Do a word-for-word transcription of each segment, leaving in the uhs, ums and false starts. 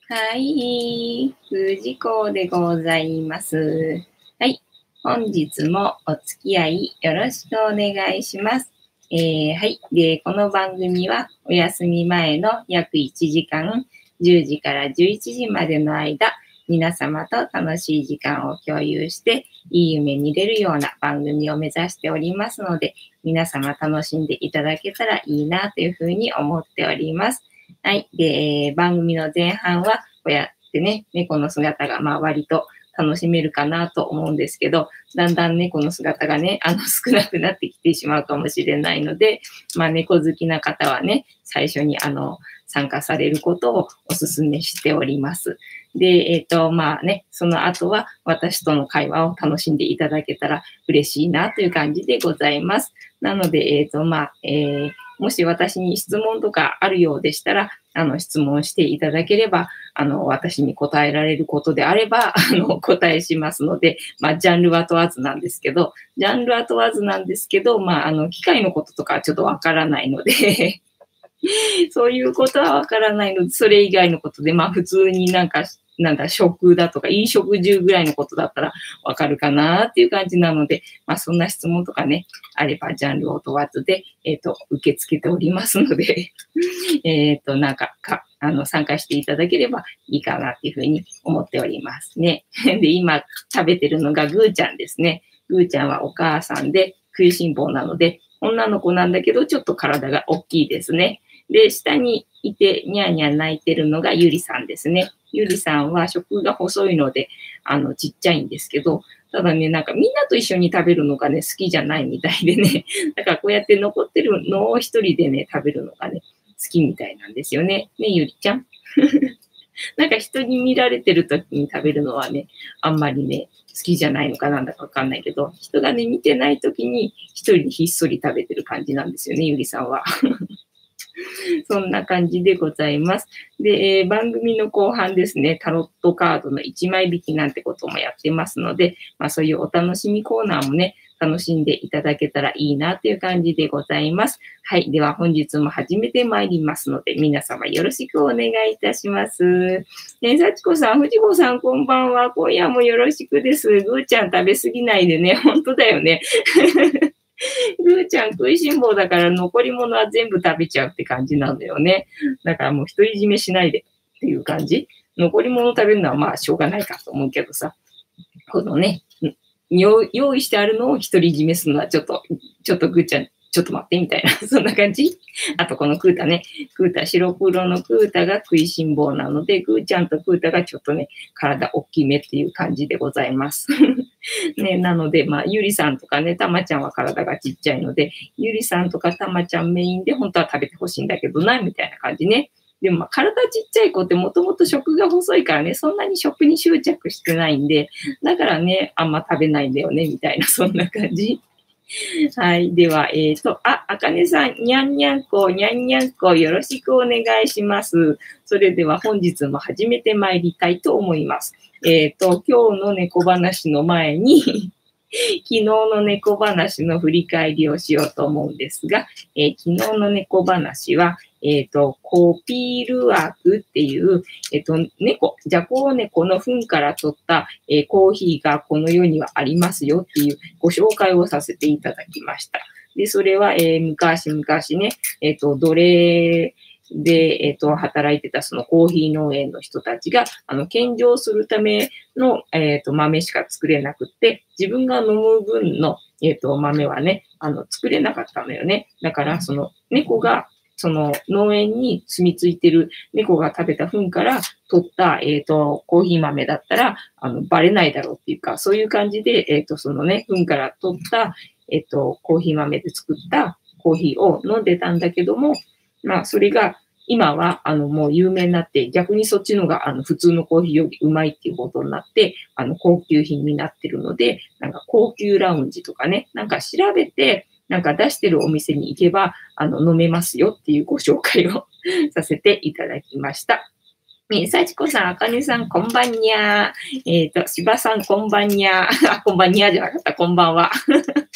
はい、藤子でございます。はい、本日もお付き合いよろしくお願いします。えー、はい、で、この番組はお休み前の約いちじかん、じゅうじからじゅういちじまでの間、皆様と楽しい時間を共有して、いい夢に出るような番組を目指しておりますので、皆様楽しんでいただけたらいいなというふうに思っております。はい。で、えー番組の前半は、こうやってね、猫の姿が、まあ割と楽しめるかなと思うんですけど、だんだん猫の姿がね、あの少なくなってきてしまうかもしれないので、まあ猫好きな方はね、最初にあの、参加されることをお勧めしております。で、えっ、と、まあね、その後は私との会話を楽しんでいただけたら嬉しいなという感じでございます。なので、えっ、と、まあ、えーもし私に質問とかあるようでしたら、あの、質問していただければ、あの、私に答えられることであれば、あの、答えしますので、まあ、ジャンルは問わずなんですけど、ジャンルは問わずなんですけど、まあ、あの、機械のこととかはちょっとわからないのでそういうことはわからないので、それ以外のことで、まあ普通になんか、なんだ、食だとか、飲食住ぐらいのことだったらわかるかなっていう感じなので、まあそんな質問とかね、あればジャンルを問わずで、えっ、と、受け付けておりますのでえっと、なんか、か、あの、参加していただければいいかなっていうふうに思っておりますね。で、今食べてるのがグーちゃんですね。グーちゃんはお母さんで食いしん坊なので、女の子なんだけど、ちょっと体が大きいですね。で、下にいて、にゃーにゃー泣いてるのがゆりさんですね。ゆりさんは食が細いので、あの、ちっちゃいんですけど、ただね、なんかみんなと一緒に食べるのがね、好きじゃないみたいでね、だからこうやって残ってるのを一人でね、食べるのがね、好きみたいなんですよね。ね、ゆりちゃん。なんか人に見られてる時に食べるのはね、あんまりね、好きじゃないのかなんだかわかんないけど、人がね、見てない時に一人でひっそり食べてる感じなんですよね、ゆりさんは。そんな感じでございます。で、えー番組の後半ですね、タロットカードのいちまい引きなんてこともやってますので、まあそういうお楽しみコーナーもね、楽しんでいただけたらいいなという感じでございます。はい。では本日も始めてまいりますので、皆様よろしくお願いいたします。ねえ、幸子さん、藤子さん、こんばんは。今夜もよろしくです。ぐーちゃん食べ過ぎないでね。本当だよね。ぐーちゃん食いしん坊だから残り物は全部食べちゃうって感じなんだよね。だからもう独り占めしないでっていう感じ。残り物食べるのはまあしょうがないかと思うけどさ、このね、用用意してあるのを独り占めするのはちょっと、ちょっとぐーちゃん、ちょっと待ってみたいな、そんな感じ。あとこのクータね、クータ、白黒のクータが食いしん坊なので、ぐーちゃんとクータがちょっとね、体大きめっていう感じでございます。ね、なので、まあ、ゆりさんとかね、たまちゃんは体がちっちゃいので、ゆりさんとかたまちゃんメインで本当は食べてほしいんだけどな、みたいな感じね。でも、まあ、体ちっちゃい子ってもともと食が細いからね、そんなに食に執着してないんで、だからね、あんま食べないんだよね、みたいな、そんな感じ。はい。では、えっ、と、あ、あかねさん、にゃんにゃんこ、にゃんにゃんこ、よろしくお願いします。それでは本日も始めてまいりたいと思います。えっ、と、今日の猫話の前に昨日の猫話の振り返りをしようと思うんですが、えー昨日の猫話は、えっ、と、コピールワークっていう、えっ、と、猫、ジャコウネコの糞から取った、えーコーヒーがこの世にはありますよっていうご紹介をさせていただきました。で、それは、えー昔々ね、えっ、と、奴隷で、えっ、と、働いてたそのコーヒー農園の人たちが、あの、献上するための、えっ、と、豆しか作れなくって、自分が飲む分の、えっ、と、豆はね、あの、作れなかったのよね。だから、その、猫が、その農園に住み着いてる猫が食べた糞から取った、えっ、と、コーヒー豆だったら、あの、バレないだろうっていうか、そういう感じで、えっ、と、そのね、糞から取った、えっ、と、コーヒー豆で作ったコーヒーを飲んでたんだけども、まあ、それが、今は、あの、もう有名になって、逆にそっちのが、あの、普通のコーヒーよりうまいっていうことになって、あの、高級品になってるので、なんか高級ラウンジとかね、なんか調べて、なんか出してるお店に行けば、あの、飲めますよっていうご紹介をさせていただきました。え幸子さん、あかねさん、こんばんにゃー。えっ、と、しばさん、こんばんにゃー。あ、こんばんにゃーじゃなかった、こんばんは。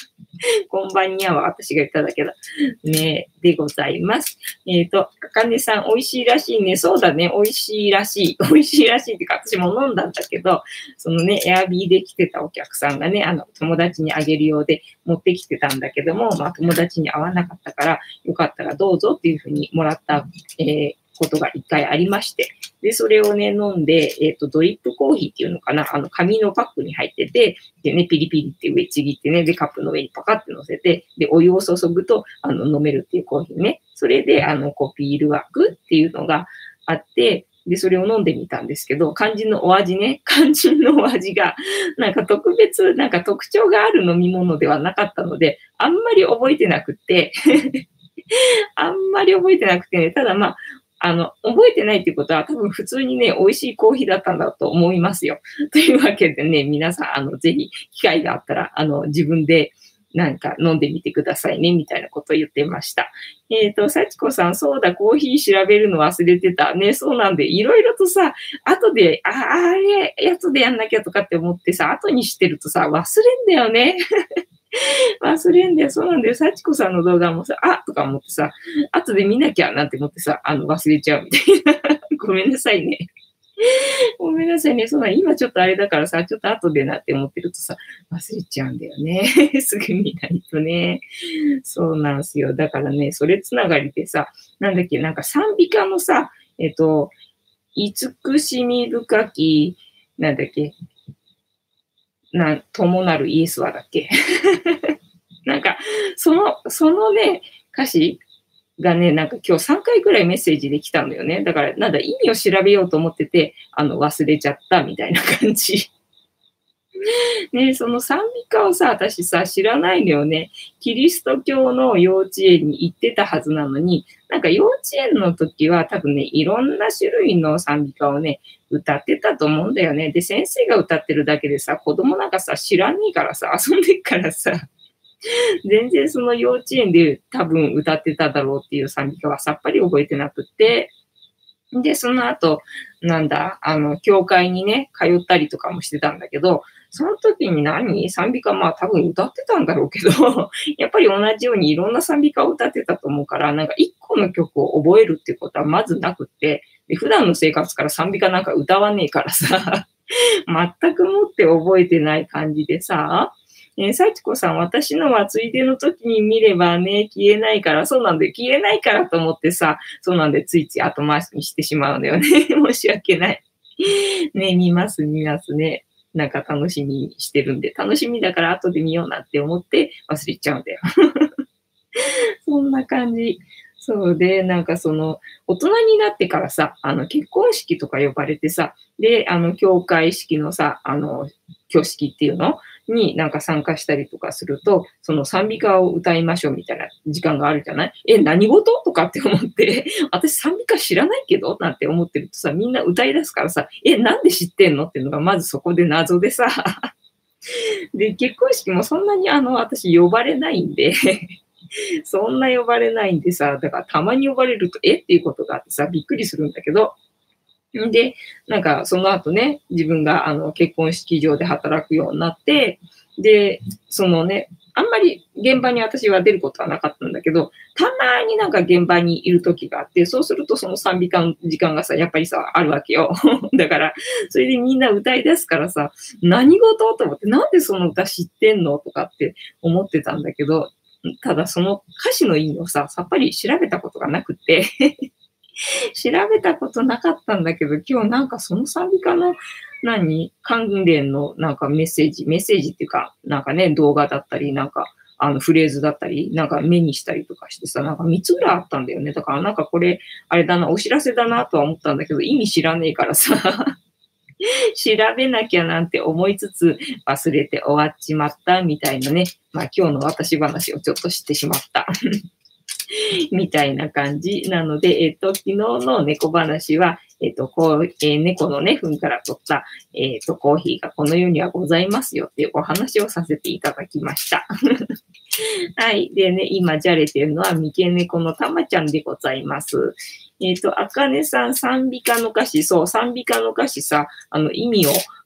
こんばんにゃは私が言っただけだ。ね、でございます。えっ、ー、と、あかねさん、美味しいらしいね。そうだね、美味しいらしい。美味しいらしいってか、私も飲んだんだけど、そのね、エアビーで来てたお客さんがね、あの、友達にあげるようで持ってきてたんだけども、まあ、友達に合わなかったから、よかったらどうぞっていうふうにもらった、えーことが一回ありまして。で、それをね、飲んで、えっ、ー、と、ドリップコーヒーっていうのかな、あの、紙のパックに入ってて、でね、ピリピリって上ちぎってね、で、カップの上にパカって乗せて、で、お湯を注ぐと、あの、飲めるっていうコーヒーね。それで、あの、コピール枠っていうのがあって、で、それを飲んでみたんですけど、肝心のお味ね、肝心のお味が、なんか特別、なんか特徴がある飲み物ではなかったので、あんまり覚えてなくって、あんまり覚えてなくてね、ただまあ、あの、覚えてないっていうことは多分普通にね、美味しいコーヒーだったんだと思いますよ。というわけでね、皆さん、あの、ぜひ、機会があったら、あの、自分でなんか飲んでみてくださいね、みたいなことを言ってました。えっ、ー、と、幸子さん、そうだ、コーヒー調べるの忘れてた。ね、そうなんで、いろいろとさ、後で、あ、あれ、やつでやんなきゃとかって思ってさ、後にしてるとさ、忘れんだよね。忘れんだよ。そうなんだよ。幸子さんの動画もさ、あとか思ってさ、後で見なきゃなんて思ってさ、あの、忘れちゃうみたいな。ごめんなさいね。ごめんなさいね。そうなん、今ちょっとあれだからさ、ちょっと後でなって思ってるとさ、忘れちゃうんだよね。すぐ見ないとね。そうなんですよ。だからね、それつながりでさ、なんだっけ、なんか賛美歌のさ、えっと、慈しみ深き、なんだっけ、な、友なるイエスはだっけなんか、その、そのね、歌詞がね、なんか今日さんかいくらいメッセージできたのよね。だから、なんだ、意味を調べようと思ってて、あの、忘れちゃったみたいな感じ。ね、その賛美歌をさ、私さ、知らないのよね。キリスト教の幼稚園に行ってたはずなのに、なんか幼稚園の時は多分ね、いろんな種類の賛美歌をね、歌ってたと思うんだよね。で、先生が歌ってるだけでさ、子供なんかさ、知らねえからさ、遊んでっからさ、全然その幼稚園で多分歌ってただろうっていう賛美歌はさっぱり覚えてなくって、で、その後、なんだ、あの、教会にね、通ったりとかもしてたんだけど、その時に何賛美歌、まあ多分歌ってたんだろうけど、やっぱり同じようにいろんな賛美歌を歌ってたと思うから、なんか一個の曲を覚えるっていうことはまずなくって、で普段の生活から賛美歌なんか歌わねえからさ、全くもって覚えてない感じでさ、えー、幸子さん、私のはついでの時に見ればね、消えないから、そうなんで、消えないからと思ってさ、そうなんで、ついつい後回しにしてしまうのよね。申し訳ない。ね、見ます、見ますね。なんか楽しみにしてるんで、楽しみだから後で見ようなって思って忘れちゃうんだよ。そんな感じ。そうで、なんかその、大人になってからさ、あの、結婚式とか呼ばれてさ、で、あの、教会式のさ、あの、挙式っていうのになんか参加したりとかすると、その賛美歌を歌いましょうみたいな時間があるじゃない？え、何事とかって思って、私賛美歌知らないけどなんて思ってるとさ、みんな歌い出すからさ、え、なんで知ってんのっていうのがまずそこで謎でさ、で、結婚式もそんなにあの、私呼ばれないんで、そんな呼ばれないんでさ、だからたまに呼ばれると、えっていうことがあってさ、びっくりするんだけど、で、なんかその後ね、自分があの結婚式場で働くようになって、で、そのね、あんまり現場に私は出ることはなかったんだけど、たまになんか現場にいる時があって、そうするとその賛美歌の時間がさ、やっぱりさ、あるわけよ。だから、それでみんな歌い出すからさ、何事と思って、なんでその歌知ってんのとかって思ってたんだけど、ただその歌詞の意味をさ、さっぱり調べたことがなくって調べたことなかったんだけど、今日なんかその賛美歌の何関連のなんかメッセージ、メッセージっていうか、なんかね、動画だったり、なんかあのフレーズだったり、なんか目にしたりとかしてさ、なんかみっつぐらいあったんだよね。だからなんかこれ、あれだな、お知らせだなとは思ったんだけど、意味知らねえからさ、調べなきゃなんて思いつつ忘れて終わっちまったみたいなね。まあ今日の私話をちょっと知ってしまった。みたいな感じなので、えっと、昨日の猫話は、えっと、こう、えー、猫のね、糞から取った、えっと、コーヒーがこの世にはございますよっていうお話をさせていただきました。はい。でね、今、じゃれてるのは、三毛猫のたまちゃんでございます。えっと、あかねさん、賛美歌の歌詞、そう、賛美歌の歌詞さ、あの、意味を、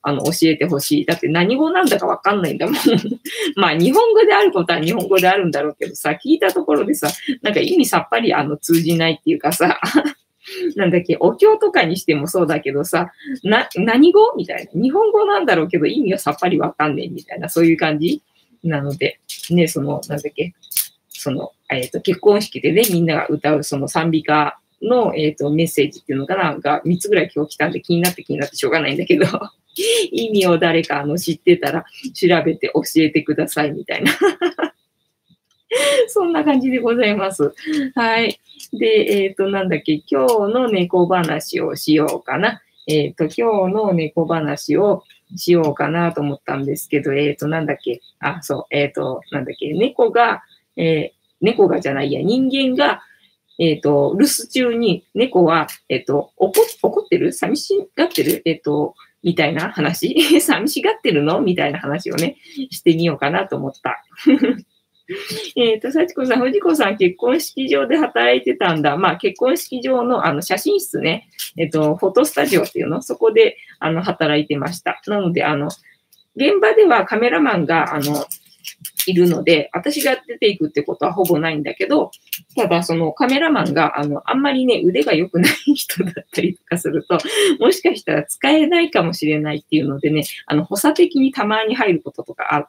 あの、教えてほしい。だって何語なんだかわかんないんだもん。まあ、日本語であることは日本語であるんだろうけどさ、聞いたところでさ、なんか意味さっぱりあの通じないっていうかさ、なんだっけ、お経とかにしてもそうだけどさ、な、何語みたいな。日本語なんだろうけど意味はさっぱりわかんねえみたいな、そういう感じなので、ね、その、なんだっけ、その、えっと、結婚式でね、みんなが歌うその賛美歌の、えっと、メッセージっていうのかな、がみっつぐらい今日来たんで気になって気になってしょうがないんだけど、意味を誰かあの知ってたら調べて教えてくださいみたいな。そんな感じでございます。はい。で、えっと、なんだっけ、今日の猫話をしようかな。えっと、今日の猫話をしようかなと思ったんですけど、えっと、なんだっけ、あ、そう、えっと、なんだっけ、猫が、えー猫がじゃないや、人間が、えっと、留守中に猫は、えっと、怒怒ってる寂しがってるえっと、みたいな話寂しがってるのみたいな話をね、してみようかなと思った。えっと、幸子さん、藤子さん、結婚式場で働いてたんだ。まあ、結婚式場の、あの、写真室ね、えっと、フォトスタジオっていうの、そこで、あの、働いてました。なので、あの、現場ではカメラマンが、あの、いるので、私が出ていくってことはほぼないんだけど、ただそのカメラマンがあの、あんまりね、腕が良くない人だったりとかすると、もしかしたら使えないかもしれないっていうのでね、あの、補佐的にたまに入ることとかあって、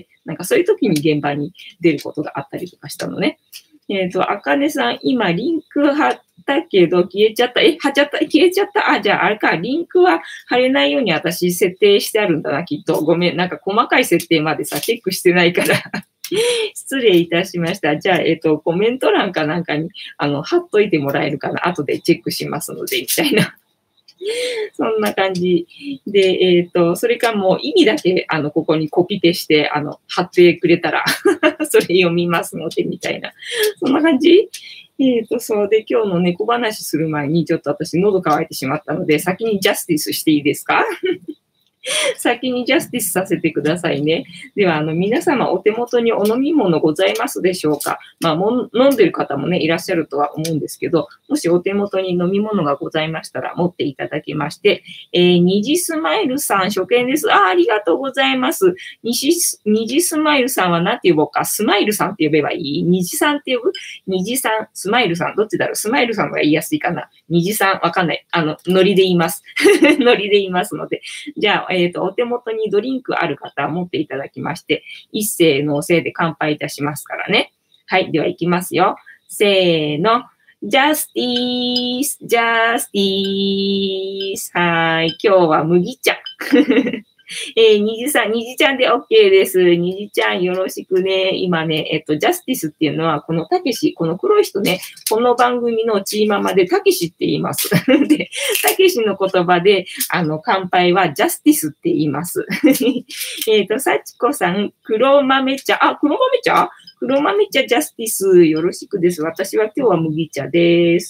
なんかそういう時に現場に出ることがあったりとかしたのね。えっと、あかねさん、今、リンク貼ったけど、消えちゃった。え、貼っちゃった。消えちゃった。あ、じゃあ、あれか、リンクは貼れないように私設定してあるんだな、きっと。ごめん。なんか細かい設定までさ、チェックしてないから。失礼いたしました。じゃあ、えっと、コメント欄かなんかに、あの、貼っといてもらえるかな。後でチェックしますので、みたいな。そんな感じで、えっと、それかもう意味だけ、あの、ここにコピペして、あの、貼ってくれたらそれ読みますので、みたいな。そんな感じえっと、そうで、今日の猫話する前に、ちょっと私喉乾いてしまったので、先にジャスティスしていいですか先にジャスティスさせてくださいね。では、あの、皆様お手元にお飲み物ございますでしょうか？まあ、も飲んでる方もね、いらっしゃるとは思うんですけど、もしお手元に飲み物がございましたら持っていただきまして、えー、にじスマイルさん、初見です。あ、ありがとうございます。にじ、にじスマイルさんは何て呼ぼうか？スマイルさんって呼べばいい？にじさんって呼ぶ？にじさん、スマイルさん、どっちだろう？スマイルさんが言いやすいかな。にじさん、わかんない。あの、ノリで言います。ノリで言いますので。じゃあ、えっと、お手元にドリンクある方は持っていただきまして、一斉のせいで乾杯いたしますからね。はい。では行きますよ。せーの。ジャスティース、ジャスティース。はい。今日は麦茶。えー、にじさん、にじちゃんで OK です。にじちゃんよろしくね。今ね、えっと、ジャスティスっていうのは、このたけし、この黒い人ね、この番組のチーママでたけしって言います。で、たけしの言葉で、あの、乾杯はジャスティスって言います。えっと、さちこさん、黒豆茶、あ、黒豆茶黒豆茶ジャスティス、よろしくです。私は今日は麦茶です。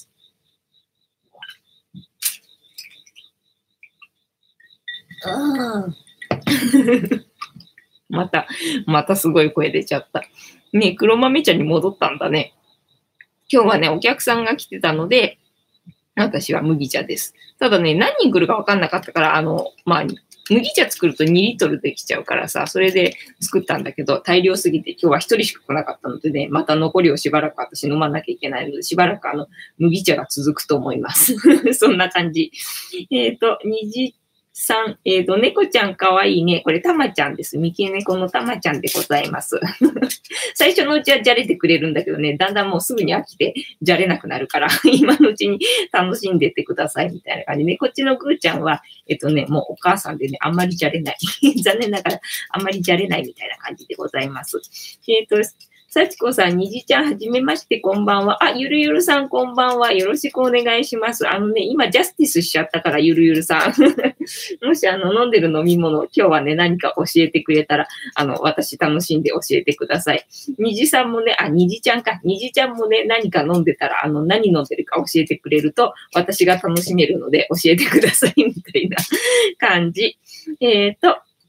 ああ。また、またすごい声出ちゃった。ね、黒豆茶に戻ったんだね。今日はね、お客さんが来てたので、私は麦茶です。ただね、何人来るか分かんなかったから、あの、まあ、麦茶作るとにリットルできちゃうからさ、それで作ったんだけど、大量すぎて今日はひとりしか来なかったのでね、また残りをしばらく私飲まなきゃいけないので、しばらくあの、麦茶が続くと思います。そんな感じ。えっと、にじさん、えっと、猫ちゃんかわいいね。これ、たまちゃんです。三毛猫のたまちゃんでございます。最初のうちはじゃれてくれるんだけどね、だんだんもうすぐに飽きてじゃれなくなるから、今のうちに楽しんでってくださいみたいな感じで、こっちのぐーちゃんは、えっとね、もうお母さんでね、あんまりじゃれない。残念ながら、あんまりじゃれないみたいな感じでございます。えっと、さちこさん、にじちゃん、はじめまして、こんばんは。あ、ゆるゆるさん、こんばんは。よろしくお願いします。あのね、今、ジャスティスしちゃったから、ゆるゆるさん。もし、あの、飲んでる飲み物、今日はね、何か教えてくれたら、あの、私楽しんで教えてください。にじさんもね、あ、にじちゃんか。にじちゃんもね、何か飲んでたら、あの、何飲んでるか教えてくれると、私が楽しめるので、教えてください、みたいな感じ。えっと、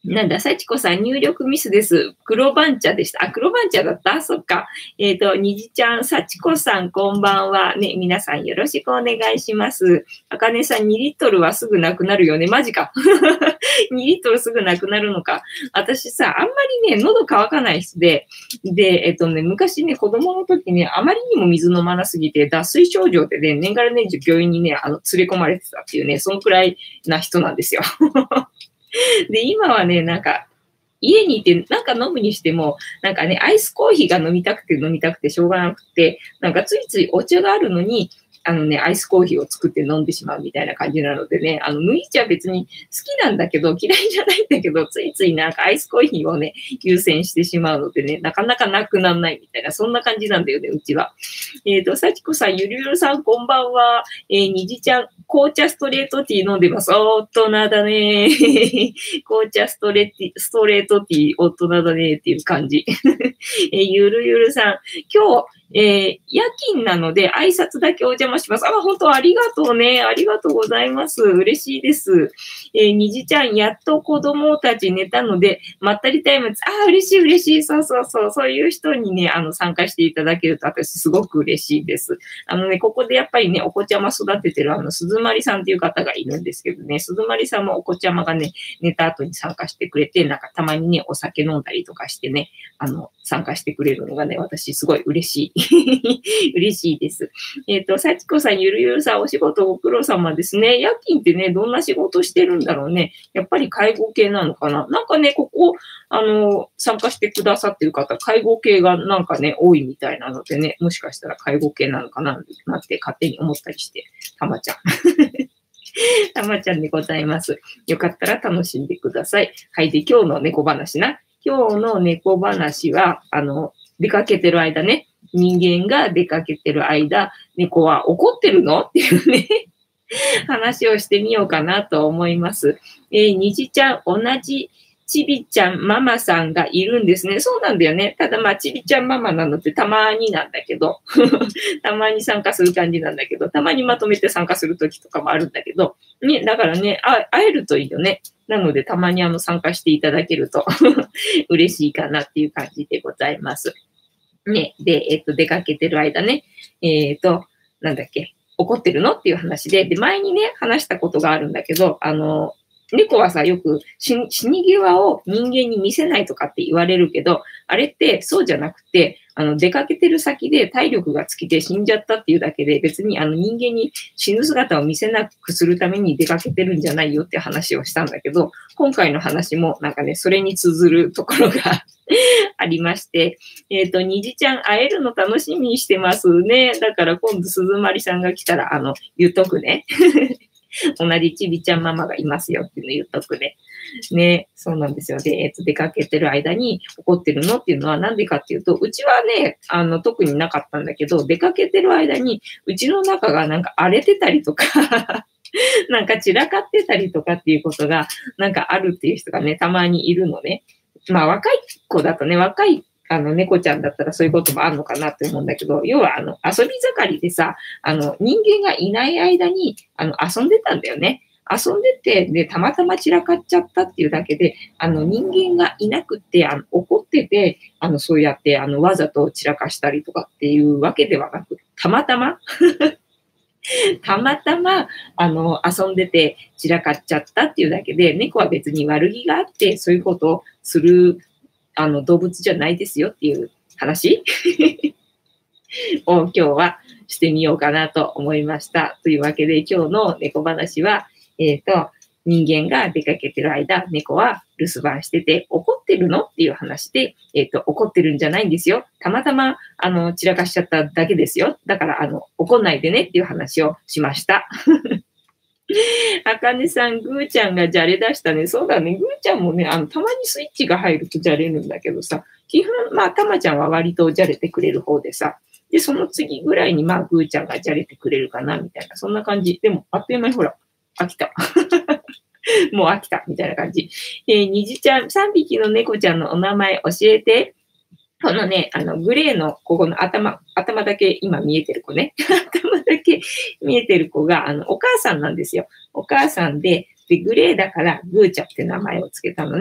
なんだ、幸子さん、入力ミスです。黒番茶でした。あ、黒番茶だったそっか。えっ、と、にじちゃん、幸子さん、こんばんは。ね、皆さんよろしくお願いします。あかねさん、にリットルはすぐなくなるよね。マジか。にリットルすぐなくなるのか。私さ、あんまりね、喉乾かない人で、で、えっ、とね、昔ね、子供の時ね、あまりにも水飲まなすぎて、脱水症状でね、年がら年中病院にね、あの、連れ込まれてたっていうね、そのくらいな人なんですよ。で、今はね、なんか、家にいて、なんか飲むにしても、なんかね、アイスコーヒーが飲みたくて飲みたくてしょうがなくて、なんかついついお茶があるのに、あのね、アイスコーヒーを作って飲んでしまうみたいな感じなのでね、あの、麦茶別に好きなんだけど、嫌いじゃないんだけど、ついついなんかアイスコーヒーをね、優先してしまうのでね、なかなかなくならないみたいな、そんな感じなんだよね、うちは。えっ、ー、と、幸子さん、ゆるゆるさん、こんばんは。えー、にじちゃん、紅茶ストレートティー飲んでます。大人だね。紅茶ストレティストレートティー、大人だねっていう感じ。えー、ゆるゆるさん、今日、えー、夜勤なので挨拶だけお邪魔します。あ、本当ありがとうね。ありがとうございます。嬉しいです。えー、にじちゃん、やっと子供たち寝たので、まったりタイムです。あ、嬉しい嬉しい。そうそうそう。そういう人にね、あの、参加していただけると私すごく嬉しいです。あのね、ここでやっぱりね、お子ちゃま育ててるあの、鈴まりさんっていう方がいるんですけどね、鈴まりさんもお子ちゃまがね、寝た後に参加してくれて、なんかたまにね、お酒飲んだりとかしてね、あの、参加してくれるのがね、私すごい嬉しい。嬉しいです。えっ、ー、と、幸子さん、ゆるゆるさん、お仕事ご苦労様ですね。夜勤ってね、どんな仕事してるんだろうね。やっぱり介護系なのかな。なんかね、ここ、あの、参加してくださってる方、介護系がなんかね、多いみたいなのでね、もしかしたら介護系なのかなって勝手に思ったりして、たまちゃん。たまちゃんでございます。よかったら楽しんでください。はい。で、今日の猫話な。今日の猫話は、あの、出かけてる間ね、人間が出かけてる間、猫は怒ってるのっていうね、話をしてみようかなと思います。えー、にじちゃん、同じちびちゃんママさんがいるんですね。そうなんだよね。ただまあ、ちびちゃんママなのってたまになんだけど、たまに参加する感じなんだけど、たまにまとめて参加するときとかもあるんだけど、ね、だからね、あ会えるといいよね。なので、たまにあの参加していただけると嬉しいかなっていう感じでございます。ね、で、えっと、出かけてる間ね、えっと、なんだっけ、怒ってるのっていう話で、で、前にね、話したことがあるんだけど、あの、猫はさ、よく死に際を人間に見せないとかって言われるけど、あれってそうじゃなくて、あの、出かけてる先で体力が尽きて死んじゃったっていうだけで、別にあの人間に死ぬ姿を見せなくするために出かけてるんじゃないよって話をしたんだけど、今回の話もなんかね、それに通ずるところがありまして、えっ、ー、と、にじちゃん会えるの楽しみにしてますね。だから今度鈴まりさんが来たら、あの、言っとくね。同じちびちゃんママがいますよっていうの言っとくね。ね、そうなんですよ。で、えっと、出かけてる間に怒ってるのっていうのはなんでかっていうと、うちはね、あの、特になかったんだけど、出かけてる間に、うちの中がなんか荒れてたりとか、なんか散らかってたりとかっていうことが、なんかあるっていう人がね、たまにいるのね。まあ、若い子だとね、若いあの、猫ちゃんだったらそういうこともあるのかなって思うんだけど、要は、あの、遊び盛りでさ、あの、人間がいない間に、あの、遊んでたんだよね。遊んでて、で、たまたま散らかっちゃったっていうだけで、あの、人間がいなくて、あの、怒ってて、あの、そうやって、あの、わざと散らかしたりとかっていうわけではなく、たまたまたまたま、あの、遊んでて散らかっちゃったっていうだけで、猫は別に悪気があって、そういうことをするあの動物じゃないですよっていう話を今日はしてみようかなと思いました。というわけで今日の猫話は、えっと、人間が出かけてる間、猫は留守番してて怒ってるのっていう話で、えっと、怒ってるんじゃないんですよ。たまたま、あの、散らかしちゃっただけですよ。だから、あの、怒んないでねっていう話をしました。あかねさん、ぐーちゃんがじゃれ出したね。そうだね。ぐーちゃんもね、あの、たまにスイッチが入るとじゃれるんだけどさ、基本、まあ、たまちゃんは割とじゃれてくれる方でさ、で、その次ぐらいに、まあ、ぐーちゃんがじゃれてくれるかな、みたいな、そんな感じ。でも、あっという間にほら、飽きた。もう飽きた、みたいな感じ。えー、にじちゃん、さんびきの猫ちゃんのお名前教えて。このね、あの、グレーの、ここの頭、頭だけ今見えてる子ね。頭だけ見えてる子が、あの、お母さんなんですよ。お母さんで、で、グレーだから、グーちゃんって名前をつけたのね。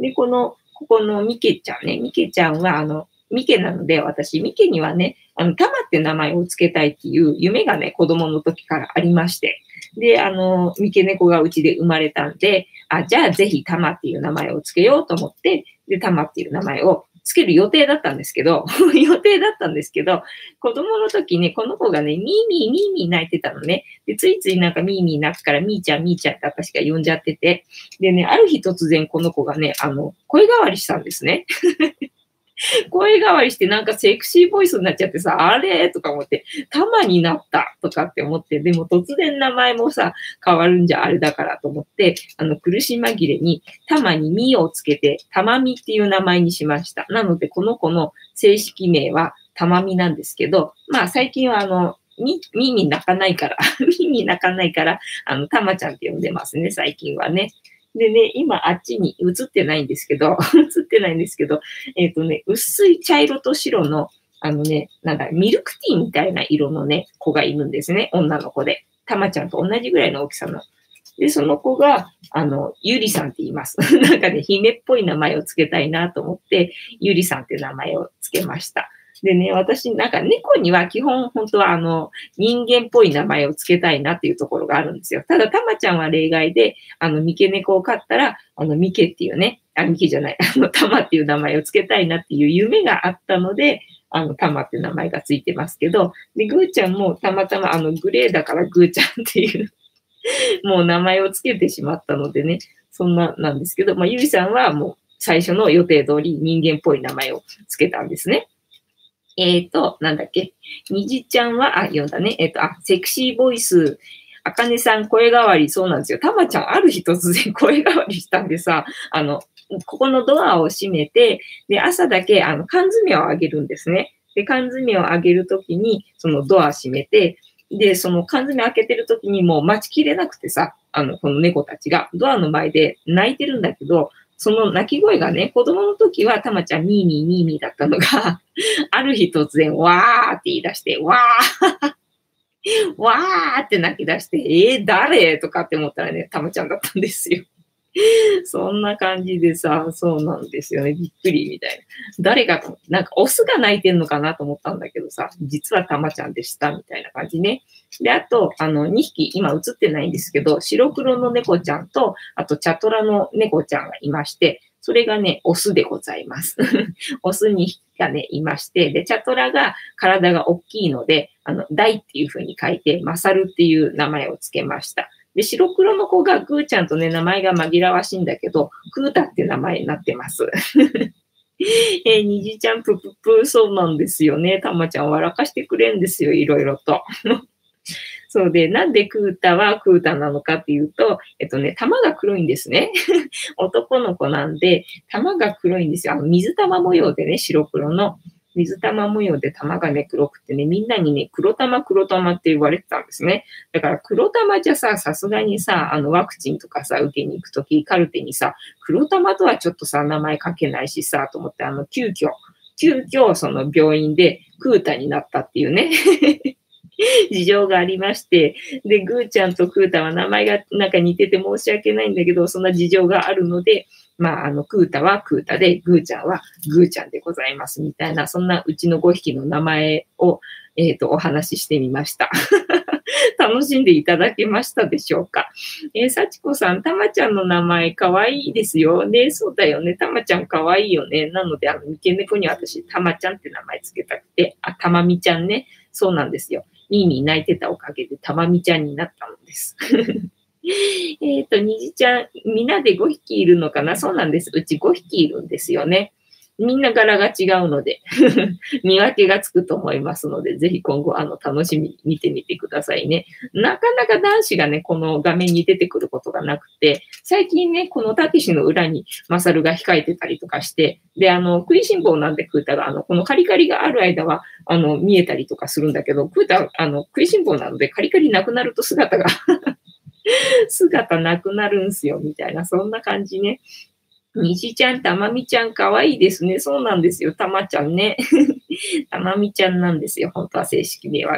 で、この、ここのミケちゃんね、ミケちゃんは、あの、ミケなので、私、ミケにはね、あの、タマって名前を付けたいっていう夢がね、子供の時からありまして。で、あの、三毛猫がうちで生まれたんで、あ、じゃあぜひタマっていう名前を付けようと思って、で、タマっていう名前を付ける予定だったんですけど、予定だったんですけど、子供の時にこの子がね、ミーミーミーミー泣いてたのね。で、ついついなんかミーミー泣くからミーちゃんミーちゃんって私が呼んじゃってて、でね、ある日突然この子がね、あの、声変わりしたんですね。声変わりしてなんかセクシーボイスになっちゃってさ、あれとか思って、タマになったとかって思って、でも突然名前もさ、変わるんじゃあれだからと思って、あの、苦し紛れに、タマにミをつけて、タマミっていう名前にしました。なので、この子の正式名はタマミなんですけど、まあ最近はあの、ミ、ミミ泣かないから、ミミ泣かないから、あの、タマちゃんって呼んでますね、最近はね。でね、今あっちに映ってないんですけど、映ってないんですけど、えっとね、薄い茶色と白の、あのね、なんだ、ミルクティーみたいな色のね、子がいるんですね。女の子で。たまちゃんと同じぐらいの大きさの。で、その子が、あの、ゆりさんって言います。なんかね、姫っぽい名前をつけたいなと思って、ゆりさんって名前をつけました。でね、私、なんか猫には基本、本当はあの、人間っぽい名前をつけたいなっていうところがあるんですよ。ただ、たまちゃんは例外で、あの、三毛猫を飼ったら、あの、三毛っていうね、あ、ミキじゃない、あの、タマっていう名前をつけたいなっていう夢があったので、あの、タマって名前がついてますけど、で、グーちゃんもたまたまあの、グレーだからグーちゃんっていうもう名前をつけてしまったのでね、そんななんですけど、まあ、ゆりさんはもう最初の予定通り人間っぽい名前をつけたんですね。えっ、ー、と、なんだっけ、にじちゃんは、あ、読んだね。えっ、ー、と、あ、セクシーボイス、あかねさん声変わり、そうなんですよ。たまちゃん、ある日突然声変わりしたんでさ、あの、ここのドアを閉めて、で、朝だけ、あの、缶詰をあげるんですね。で、缶詰をあげるときに、そのドア閉めて、で、その缶詰開けてるときにもう待ちきれなくてさ、あの、この猫たちがドアの前で泣いてるんだけど、その泣き声がね、子供の時はたまちゃんミーミーミーミーだったのが、ある日突然、わーって言い出して、わーわーって泣き出して、えー、誰とかって思ったらね、たまちゃんだったんですよ。そんな感じでさ、そうなんですよね。びっくりみたいな。誰が、なんかオスが泣いてんのかなと思ったんだけどさ、実はたまちゃんでしたみたいな感じね。で、あと、あの、にひき、今映ってないんですけど、白黒の猫ちゃんと、あと、チャトラの猫ちゃんがいまして、それがね、オスでございます。オスにひきがね、いまして、で、チャトラが体が大きいので、あの、大っていう風に書いて、マサルっていう名前をつけました。で、白黒の子がグーちゃんとね、名前が紛らわしいんだけど、クータって名前になってます。えー、にじちゃんぷぷぷ、そうなんですよね。たまちゃん笑かしてくれんですよ、いろいろと。そうで、なんでクータはクータなのかっていうと、えっとね、玉が黒いんですね。男の子なんで、玉が黒いんですよ。あの水玉模様でね、白黒の。水玉模様で玉がね、黒くてね、みんなにね、黒玉黒玉って言われてたんですね。だから黒玉じゃさ、さすがにさ、あのワクチンとかさ、受けに行くとき、カルテにさ、黒玉とはちょっとさ、名前書けないしさ、と思って、あの、急遽、急遽、その病院でクータになったっていうね。事情がありまして、で、グーちゃんとクータは名前がなんか似てて申し訳ないんだけど、そんな事情があるので、まあ、あの、クータはクータで、グーちゃんはグーちゃんでございますみたいな、そんなうちのごひきの名前を、えっと、お話ししてみました。楽しんでいただけましたでしょうか。えー、幸子さん、たまちゃんの名前かわいいですよね。そうだよね。たまちゃんかわいいよね。なので、あの、三毛猫に私、たまちゃんって名前つけたくて、あ、たまみちゃんね。そうなんですよ。ミーミー泣いてたおかげで、たまみちゃんになったのです。えっと、にじちゃん、みんなでごひきいるのかな。そうなんです。うちごひきいるんですよね。みんな柄が違うので見分けがつくと思いますので、ぜひ今後、あの、楽しみに見てみてくださいね。なかなか男子がね、この画面に出てくることがなくて、最近ね、このたけしの裏にマサルが控えてたりとかして、で、あの、食いしん坊なんでクータが、あの、このカリカリがある間は、あの、見えたりとかするんだけど、クータ、あの、食いしん坊なので、カリカリなくなると姿が姿なくなるんすよ、みたいな、そんな感じね。にじちゃん、たまみちゃん、かわいいですね。そうなんですよ。たまちゃんね。たまみちゃんなんですよ。本当は正式名はね。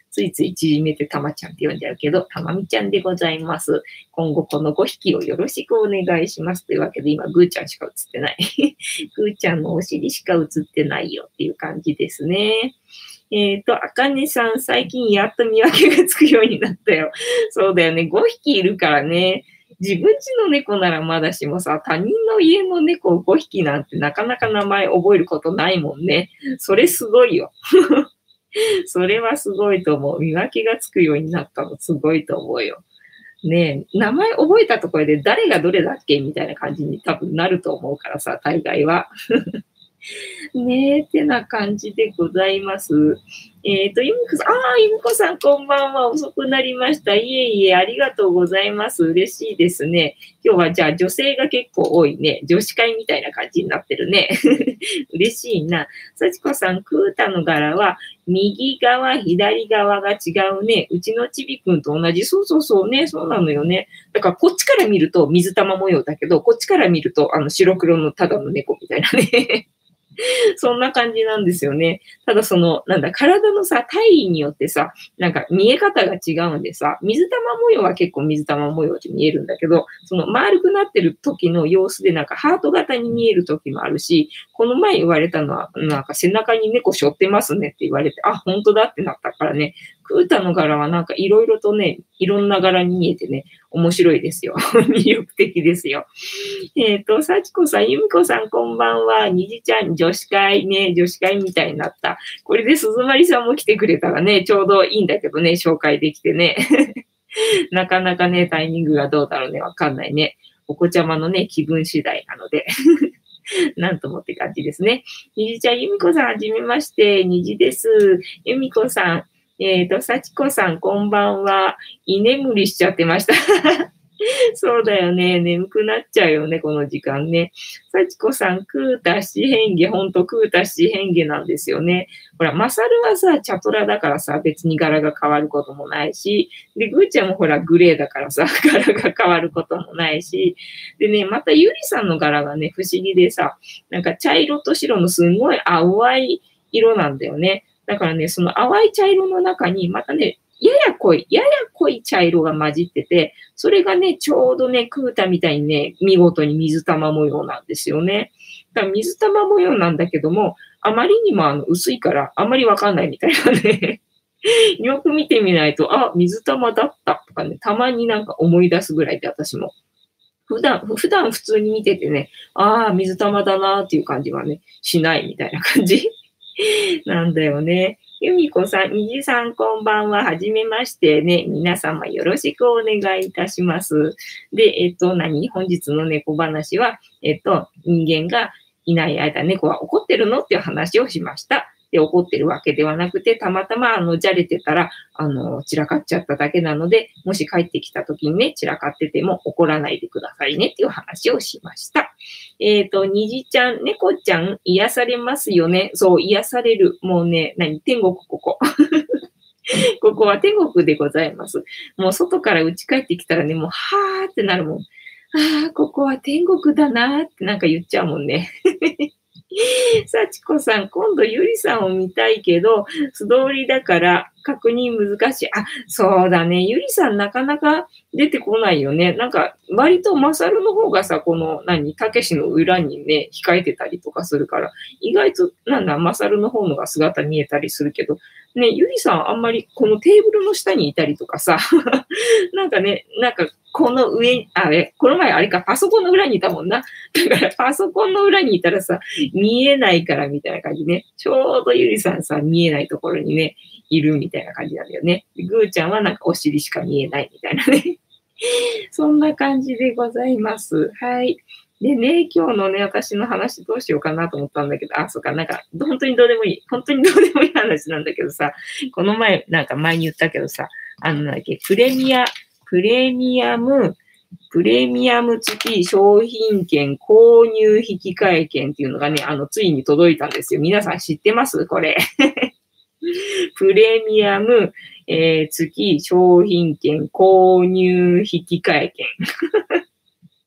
ついつい縮めてたまちゃんって呼んじゃうけど、たまみちゃんでございます。今後このごひきをよろしくお願いします。というわけで今、ぐーちゃんしか映ってない。ぐーちゃんのお尻しか映ってないよっていう感じですね。えっと、あかねさん、最近やっと見分けがつくようになったよ。そうだよね。ごひきいるからね。自分家の猫ならまだしもさ、他人の家の猫ごひきなんてなかなか名前覚えることないもんね。それすごいよ。それはすごいと思う。見分けがつくようになったのすごいと思うよ。ねえ、名前覚えたところで誰がどれだっけみたいな感じに多分なると思うからさ、大概は。ねえ、ってな感じでございます。えっ、ー、と、ゆみこさん、ああ、ゆみこさん、こんばんは。遅くなりました。いえいえ、ありがとうございます。嬉しいですね。今日はじゃあ女性が結構多いね。女子会みたいな感じになってるね。嬉しいな。さちこさん、クータの柄は、右側、左側が違うね。うちのちびくんと同じ。そうそうそうね。そうなのよね。だから、こっちから見ると水玉模様だけど、こっちから見ると、あの、白黒のただの猫みたいなね。そんな感じなんですよね。ただその、なんだ、体のさ、体位によってさ、なんか見え方が違うんでさ、水玉模様は結構水玉模様で見えるんだけど、その丸くなってる時の様子でなんかハート型に見える時もあるし、この前言われたのは、なんか背中に猫背負ってますねって言われて、あ、本当だってなったからね、クータの柄はなんかいろいろとね、いろんな柄に見えてね、面白いですよ。魅力的ですよ。えっ、ー、と、さちこさん、ゆみこさん、こんばんは。にじちゃん、女子会ね、女子会みたいになった。これで鈴まりさんも来てくれたらね、ちょうどいいんだけどね、紹介できてね。なかなかね、タイミングがどうだろうね、わかんないね。お子ちゃまのね、気分次第なので。なんともって感じですね。にじちゃん、ゆみこさん、はじめまして。にじです。ゆみこさん、えっ、ー、と、さちこさん、こんばんは。居眠りしちゃってました。そうだよね。眠くなっちゃうよね、この時間ね。さちこさん、クータシヘンゲ、ほんとクータシヘンゲなんですよね。ほら、マサルはさ、チャトラだからさ、別に柄が変わることもないし、で、グーちゃんもほら、グレーだからさ、柄が変わることもないし、でね、またゆりさんの柄がね、不思議でさ、なんか茶色と白のすごい淡い色なんだよね。だからね、その淡い茶色の中に、またね、やや濃い、やや濃い茶色が混じってて、それがね、ちょうどね、クータみたいにね、見事に水玉模様なんですよね。だから水玉模様なんだけども、あまりにもあの薄いから、あまりわかんないみたいなね。よく見てみないと、あ、水玉だったとかね、たまになんか思い出すぐらいで私も。普段、普段普通に見ててね、ああ、水玉だなーっていう感じはね、しないみたいな感じなんだよね。ゆみこさん、にじさんこんばんは。はじめましてね。皆様よろしくお願いいたします。で、えっと、何本日の猫話は、えっと、人間がいない間、猫は怒ってるのっていう話をしました。で、怒ってるわけではなくて、たまたま、あの、じゃれてたら、あの、散らかっちゃっただけなので、もし帰ってきた時にね、散らかってても怒らないでくださいねっていう話をしました。えっと、にじちゃん、猫ちゃん、癒されますよね。そう、癒される。もうね、何、天国、ここ。ここは天国でございます。もう外から家帰ってきたらね、もう、はーってなるもん。あー、ここは天国だなーってなんか言っちゃうもんね。さちこさん、今度ゆりさんを見たいけど、素通りだから確認難しい。あ、そうだね。ゆりさんなかなか出てこないよね。なんか、割とマサルの方がさ、この、何、たけしの裏にね、控えてたりとかするから、意外と、なんだ、マサルの方のが姿見えたりするけど、ね、ゆりさんあんまりこのテーブルの下にいたりとかさ、なんかね、なんかこの上に、あれ、この前あれか、パソコンの裏にいたもんな。だからパソコンの裏にいたらさ、見えないからみたいな感じね。ちょうどゆりさんさ、見えないところにね、いるみたいな感じなんだよね。ぐーちゃんはなんかお尻しか見えないみたいなね。そんな感じでございます。はい。でね、今日のね、私の話どうしようかなと思ったんだけど、あ、そうか、なんか、本当にどうでもいい。本当にどうでもいい話なんだけどさ、この前、なんか前に言ったけどさ、あの、なんだっけ、プレミア、プレミアム、プレミアム付き商品券購入引換券っていうのがね、あの、ついに届いたんですよ。皆さん知ってますこれ。プレミアム、えー、付き商品券購入引換券。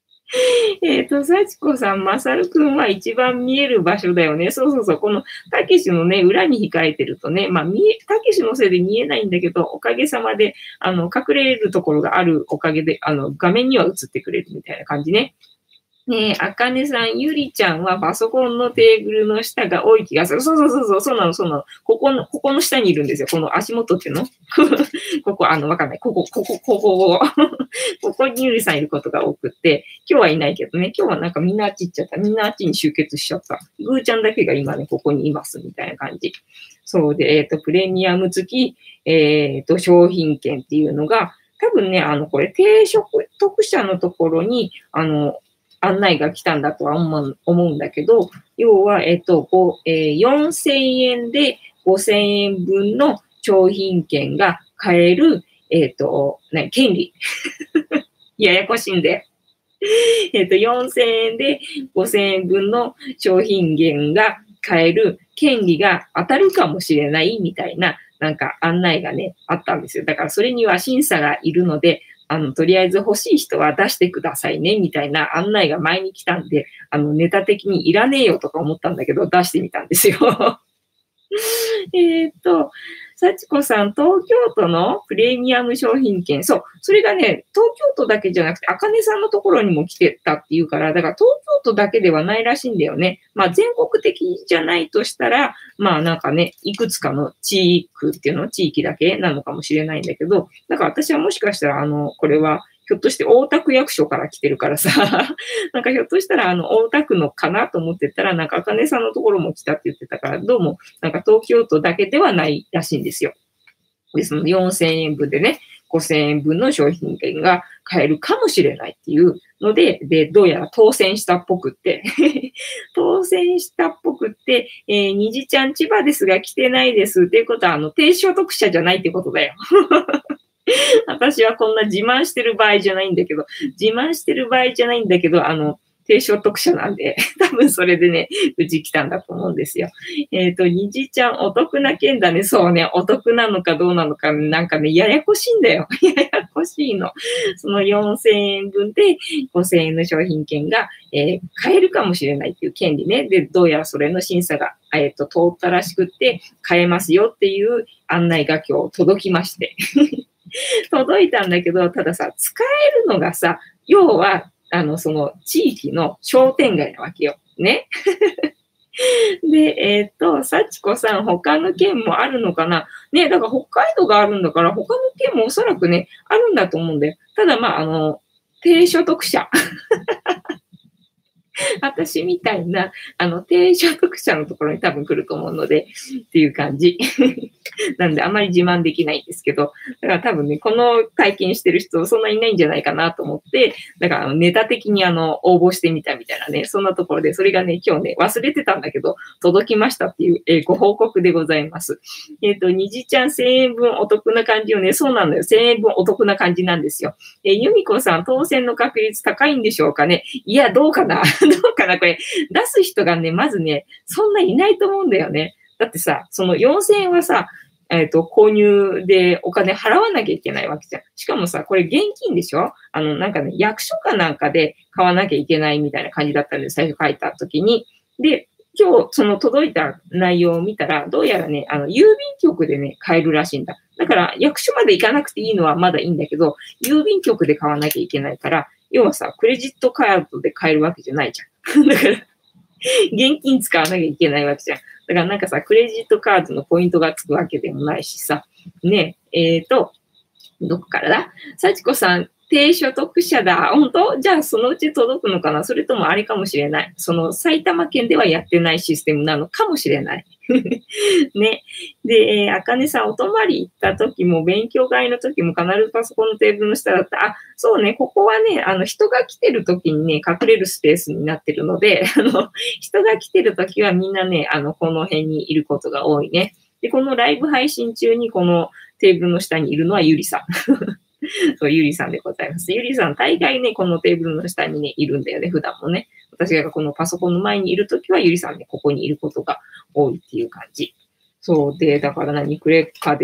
えっと、幸子さん、まさるくんは一番見える場所だよね。そうそうそう。この、たけしのね、裏に控えてるとね、まあ、見え、たけしのせいで見えないんだけど、おかげさまで、あの、隠れるところがあるおかげで、あの、画面には映ってくれるみたいな感じね。ねえ、あかねさん、ゆりちゃんはパソコンのテーブルの下が多い気がする。そうそうそうそう、そうなの、そうなの。ここの、ここの下にいるんですよ。この足元っていうのここ、あの、わかんない。ここ、ここ、ここ、ここにゆりさんいることが多くって、今日はいないけどね、今日はなんかみんなあっち行っちゃった。みんなあっちに集結しちゃった。ぐーちゃんだけが今ね、ここにいますみたいな感じ。そうで、えっ、と、プレミアム付き、えっ、と、商品券っていうのが、多分ね、あの、これ、低所得者のところに、あの、案内が来たんだとは思う思うんだけど、要は、えっと、ごえー、よんせんえんでごせんえんぶんの商品券が買える、えっと、ね、権利。ややこしいんで。えっと、よんせんえんでごせんえんぶんの商品券が買える権利が当たるかもしれないみたいな、なんか案内がね、あったんですよ。だからそれには審査がいるので、あの、とりあえず欲しい人は出してくださいね、みたいな案内が前に来たんで、あの、ネタ的にいらねえよとか思ったんだけど、出してみたんですよ。えっと、幸子さん、東京都のプレミアム商品券、そう、それがね、東京都だけじゃなくて、あかねさんのところにも来てたっていうから、だから東京都だけではないらしいんだよね。まあ、全国的じゃないとしたら、まあなんかね、いくつかの地区っていうの、地域だけなのかもしれないんだけど、だから私はもしかしたら、あの、これは、ひょっとして大田区役所から来てるからさ、なんかひょっとしたらあの大田区のかなと思ってたら、なんかあかねさんのところも来たって言ってたから、どうもなんか東京都だけではないらしいんですよ。で、そのよんせんえんぶんでね、ごせんえんぶんの商品券が買えるかもしれないっていうので、で、どうやら当選したっぽくって当選したっぽくって、えー、にじちゃん千葉ですが来てないですっていうことは、あの、低所得者じゃないってことだよ。私はこんな自慢してる場合じゃないんだけど、自慢してる場合じゃないんだけど、あの、低所得者なんで、多分それでね、うち来たんだと思うんですよ。えっ、ー、と、にじちゃんお得な件だね。そうね、お得なのかどうなのか、なんかね、ややこしいんだよ。ややこしいの。そのよんせんえんぶんでごせんえんの商品券が、えー、買えるかもしれないっていう権利ね。で、どうやらそれの審査が、えー、と通ったらしくって、買えますよっていう案内が今日届きまして。届いたんだけど、たださ、使えるのがさ、要は、あの、その地域の商店街なわけよ。ね。で、えっ、ー、と、幸子さん、他の県もあるのかなね、だから北海道があるんだから、他の県もおそらくね、あるんだと思うんだよ。ただ、まあ、あの、低所得者。私みたいな、あの、低所得者のところに多分来ると思うので、っていう感じ。なんで、あまり自慢できないんですけど、だから多分ね、この体験してる人、そんないないんじゃないかなと思って、だから、ネタ的にあの、応募してみたみたいなね、そんなところで、それがね、今日ね、忘れてたんだけど、届きましたっていう、えー、ご報告でございます。えっ、ー、と、にじちゃんせんえんぶんお得な感じよね。そうなのよ。せんえんぶんお得な感じなんですよ。えー、由美子さん、当選の確率高いんでしょうかね。いや、どうかなどうかなこれ、出す人がね、まずね、そんないないと思うんだよね。だってさ、そのよんせんえんはさ、えっ、ー、と、購入でお金払わなきゃいけないわけじゃん。しかもさ、これ現金でしょあの、なんかね、役所かなんかで買わなきゃいけないみたいな感じだったんで、最初書いた時に。で、今日、その届いた内容を見たら、どうやらね、あの、郵便局でね、買えるらしいんだ。だから、役所まで行かなくていいのはまだいいんだけど、郵便局で買わなきゃいけないから、要はさ、クレジットカードで買えるわけじゃないじゃん。だから、現金使わなきゃいけないわけじゃん。だからなんかさ、クレジットカードのポイントがつくわけでもないしさ。ねえ、えっ、ー、と、どこからだ幸子さん、低所得者だ。本当じゃあそのうち届くのかなそれともあれかもしれない。その埼玉県ではやってないシステムなのかもしれない。ね。で、あかねさん、お泊まり行った時も、勉強会の時も必ずパソコンのテーブルの下だった。あ、そうね、ここはね、あの、人が来てる時にね、隠れるスペースになってるので、あの、人が来てる時はみんなね、あの、この辺にいることが多いね。で、このライブ配信中にこのテーブルの下にいるのはゆりさん。そう、ゆりさんでございます。ゆりさん、大概ね、このテーブルの下にね、いるんだよね、普段もね。私がこのパソコンの前にいるときは、ゆりさんね、ここにいることが多いっていう感じ。そうで、だから何、クレカで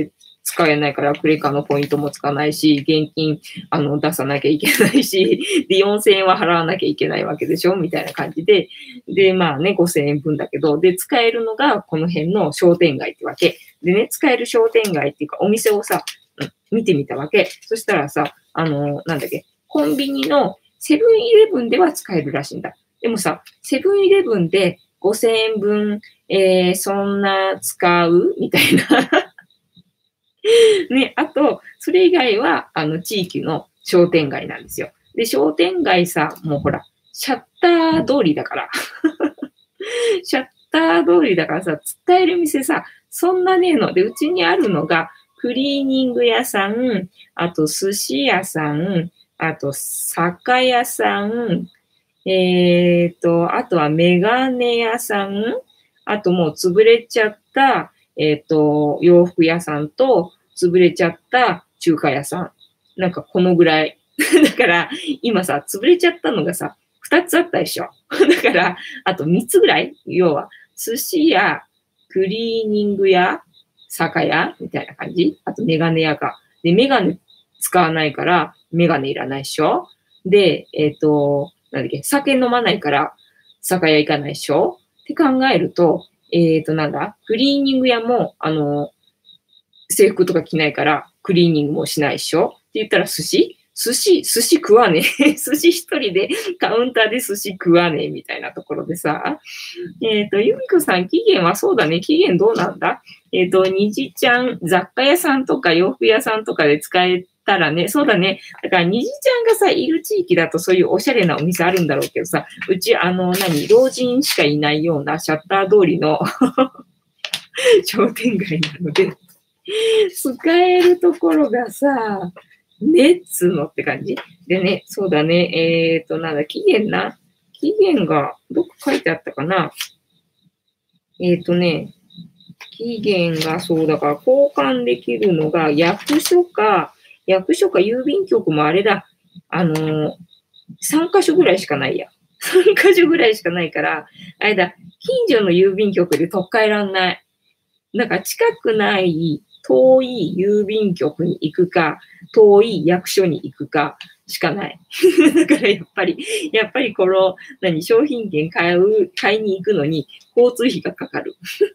使えないから、クレカのポイントもつかないし、現金、あの、出さなきゃいけないし、で、よんせんえんは払わなきゃいけないわけでしょみたいな感じで、で、まあね、ごせんえんぶんだけど、で、使えるのがこの辺の商店街ってわけ。でね、使える商店街っていうか、お店をさ、見てみたわけ。そしたらさ、あの、なんだっけ、コンビニのセブンイレブンでは使えるらしいんだ。でもさ、セブンイレブンでごせんえんぶん、えー、そんな使うみたいな。ね、あと、それ以外は、あの、地域の商店街なんですよ。で、商店街さ、もうほら、シャッター通りだから。シャッター通りだからさ、使える店さ、そんなねえの。で、うちにあるのが、クリーニング屋さん、あと寿司屋さん、あと酒屋さん、えーと、あとはメガネ屋さん、あともう潰れちゃった、えっと、洋服屋さんと、潰れちゃった中華屋さん。なんかこのぐらい。だから、今さ、潰れちゃったのがさ、二つあったでしょ。だから、あと三つぐらい要は、寿司屋、クリーニング屋、酒屋みたいな感じ。あとメガネ屋か。で、メガネ使わないから、メガネいらないでしょ。で、えっと、なんだっけ、酒飲まないから、酒屋行かないでしょって考えると、えっと、なんだ、クリーニング屋も、あの、制服とか着ないから、クリーニングもしないでしょって言ったら寿司寿司、寿司食わねえ。寿司一人でカウンターで寿司食わねえみたいなところでさ。えっと、ゆみこさん、期限はそうだね。期限どうなんだえっと、にじちゃん、雑貨屋さんとか洋服屋さんとかで使えたらね、そうだね。だから、にじちゃんがさ、いる地域だとそういうおしゃれなお店あるんだろうけどさ、うち、あの、何、老人しかいないようなシャッター通りの商店街なので、使えるところがさ、ねっつーのって感じ。でね、そうだね、えっと、なんだ、期限な。期限が、どこ書いてあったかな。えっとね、期限がそうだから、交換できるのが、役所か、役所か郵便局もあれだ。あのー、さんかしょぐらいしかないや。さんかしょぐらいしかないから、あれだ、近所の郵便局で取っ換えらんない。なんか近くない遠い郵便局に行くか、遠い役所に行くかしかない。だからやっぱり、やっぱりこの、何、商品券買う、買いに行くのに交通費がかかる。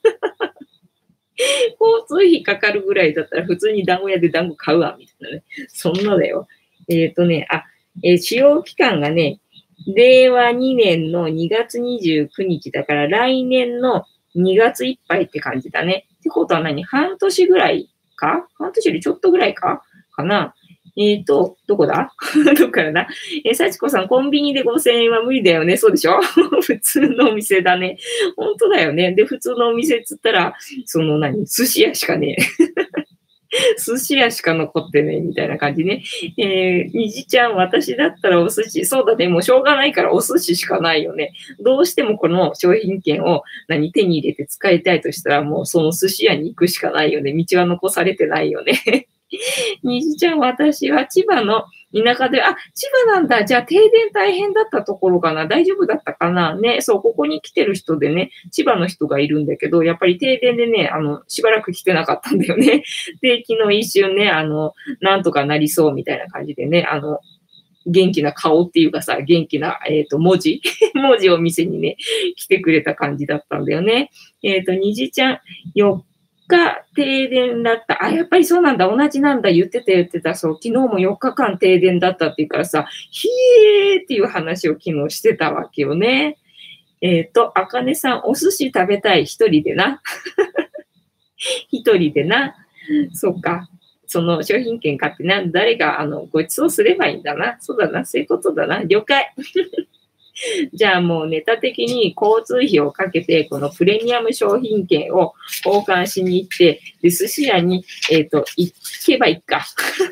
交通費かかるぐらいだったら普通に団子屋で団子買うわ、みたいなね。そんなだよ。えっとね、あ、えー使用期間がね、れいわにねんのにがつにじゅうくにちだから来年のにがついっぱいって感じだね。ってことは何半年ぐらいか半年よりちょっとぐらいかかなえっ、ー、と、どこだどっからだえー、幸子さん、コンビニでごせんえんは無理だよね。そうでしょ普通のお店だね。本当だよね。で、普通のお店っつったら、その何寿司屋しかねえ。寿司屋しか残ってね、みたいな感じね。えー、にじちゃん、私だったらお寿司、そうだね、もうしょうがないからお寿司しかないよね。どうしてもこの商品券を何手に入れて使いたいとしたら、もうその寿司屋に行くしかないよね。道は残されてないよね。にじちゃん、私は千葉の田舎で、あ、千葉なんだ。じゃあ停電大変だったところかな。大丈夫だったかな。ね、そう、ここに来てる人でね、千葉の人がいるんだけど、やっぱり停電でね、あの、しばらく来てなかったんだよね。で、昨日一瞬ね、あの、なんとかなりそうみたいな感じでね、あの、元気な顔っていうかさ、元気な、えっ、ー、と、文字文字を見せにね、来てくれた感じだったんだよね。えっ、ー、と、にじちゃん、よっか停電だった。あ、やっぱりそうなんだ。同じなんだ。言ってた言ってた。そう。昨日もよっかかん停電だったっていうからさ、ひえーっていう話を昨日してたわけよね。えっ、ー、と、あかねさん、お寿司食べたい。一人でな。一人でな。そっか。その商品券買ってな、誰があのご馳走すればいいんだな。そうだな。そういうことだな。了解。じゃあもうネタ的に交通費をかけて、このプレミアム商品券を交換しに行って、で、寿司屋に、えっ、ー、と、行けばいいか。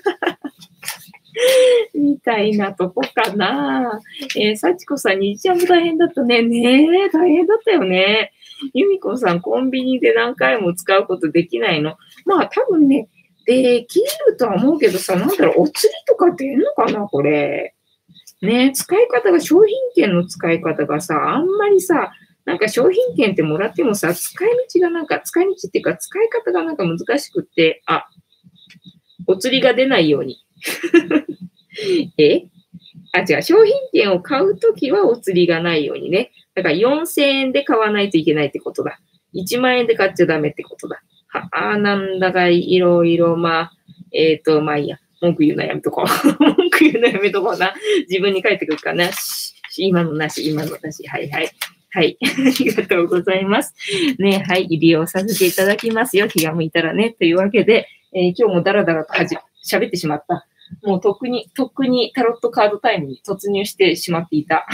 みたいなとこかな。えー、幸子さん、にじちゃんも大変だったね。ねえ、大変だったよね。由美子さん、コンビニで何回も使うことできないの。まあ、多分ね、できるとは思うけどさ、なんだろう、お釣りとか出んのかな、これ。ね、使い方が、商品券の使い方がさ、あんまりさ、なんか商品券ってもらってもさ、使い道がなんか、使い道っていうか、使い方がなんか難しくって、あ、 お釣りが出ないように。えあ、違う。商品券を買うときはお釣りがないようにね。だからよんせんえんで買わないといけないってことだ。いちまん円で買っちゃダメってことだ。はあ、なんだかいろいろ、まあ、えっと、まあいいや。文句言うのやめとこう。文句言うのやめとこうな。自分に返ってくるかな。今のなし、今のなし。はいはい。はい。ありがとうございます。ね、はい。利用させていただきますよ。気が向いたらね。というわけで、えー、今日もダラダラとはじ喋ってしまった。もうとっくに、とっくにタロットカードタイムに突入してしまっていた。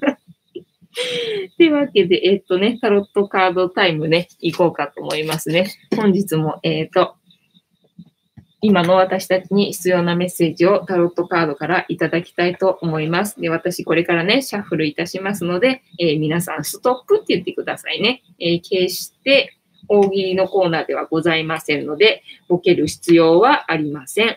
というわけで、えっとね、タロットカードタイムね、行こうかと思いますね。本日も、えっと、今の私たちに必要なメッセージをタロットカードからいただきたいと思います。で、私これからね、シャッフルいたしますので、えー、皆さんストップって言ってくださいね。えー、決して大喜利のコーナーではございませんので、ボケる必要はありません。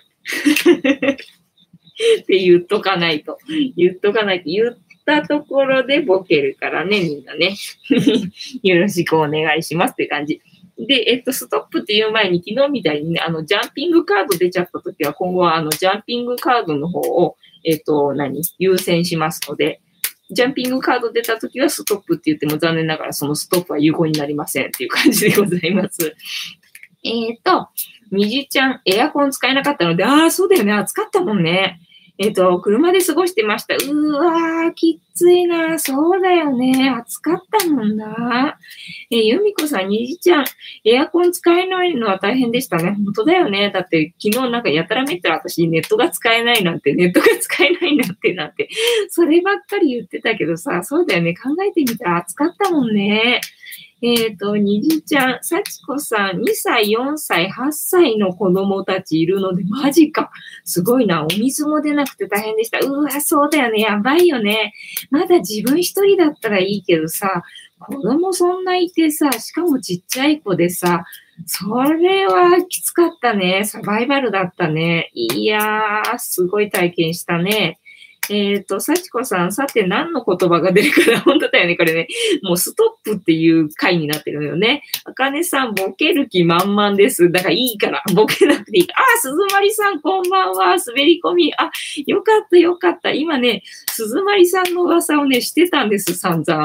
って言っとかないと。言っとかないと。言ったところでボケるからね、みんなね。よろしくお願いしますって感じ。で、えっと、ストップっていう前に昨日みたいにね、あの、ジャンピングカード出ちゃった時は、今後はあの、ジャンピングカードの方を、えっと、何優先しますので、ジャンピングカード出た時はストップって言っても残念ながらそのストップは有効になりませんっていう感じでございます。えっと、みじちゃん、エアコン使えなかったので、ああ、そうだよね、暑かったもんね。えっと、車で過ごしてました。うーわー、きついな。そうだよね。暑かったもんな。えー、ゆみこさん、にじちゃん、エアコン使えないのは大変でしたね。本当だよね。だって、昨日なんかやたらめったら私、ネットが使えないなんて、ネットが使えないなんて、なんて、そればっかり言ってたけどさ、そうだよね。考えてみたら暑かったもんね。えっと、にじちゃん、さちこさん、にさい、よんさい、はっさいの子供たちいるので、マジか。すごいな。お水も出なくて大変でした。うわ、そうだよね。やばいよね。まだ自分一人だったらいいけどさ、子供そんないてさ、しかもちっちゃい子でさ、それはきつかったね。サバイバルだったね。いやー、すごい体験したね。えっと、幸子さん、さて何の言葉が出るかな本当だよね、これね。もうストップっていう回になってるのよね。あかねさん、ボケる気満々です。だからいいから、ボケなくていいから。あ、鈴まりさん、こんばんは。滑り込み。あ、よかった、よかった。今ね、鈴まりさんの噂をね、してたんです、散々。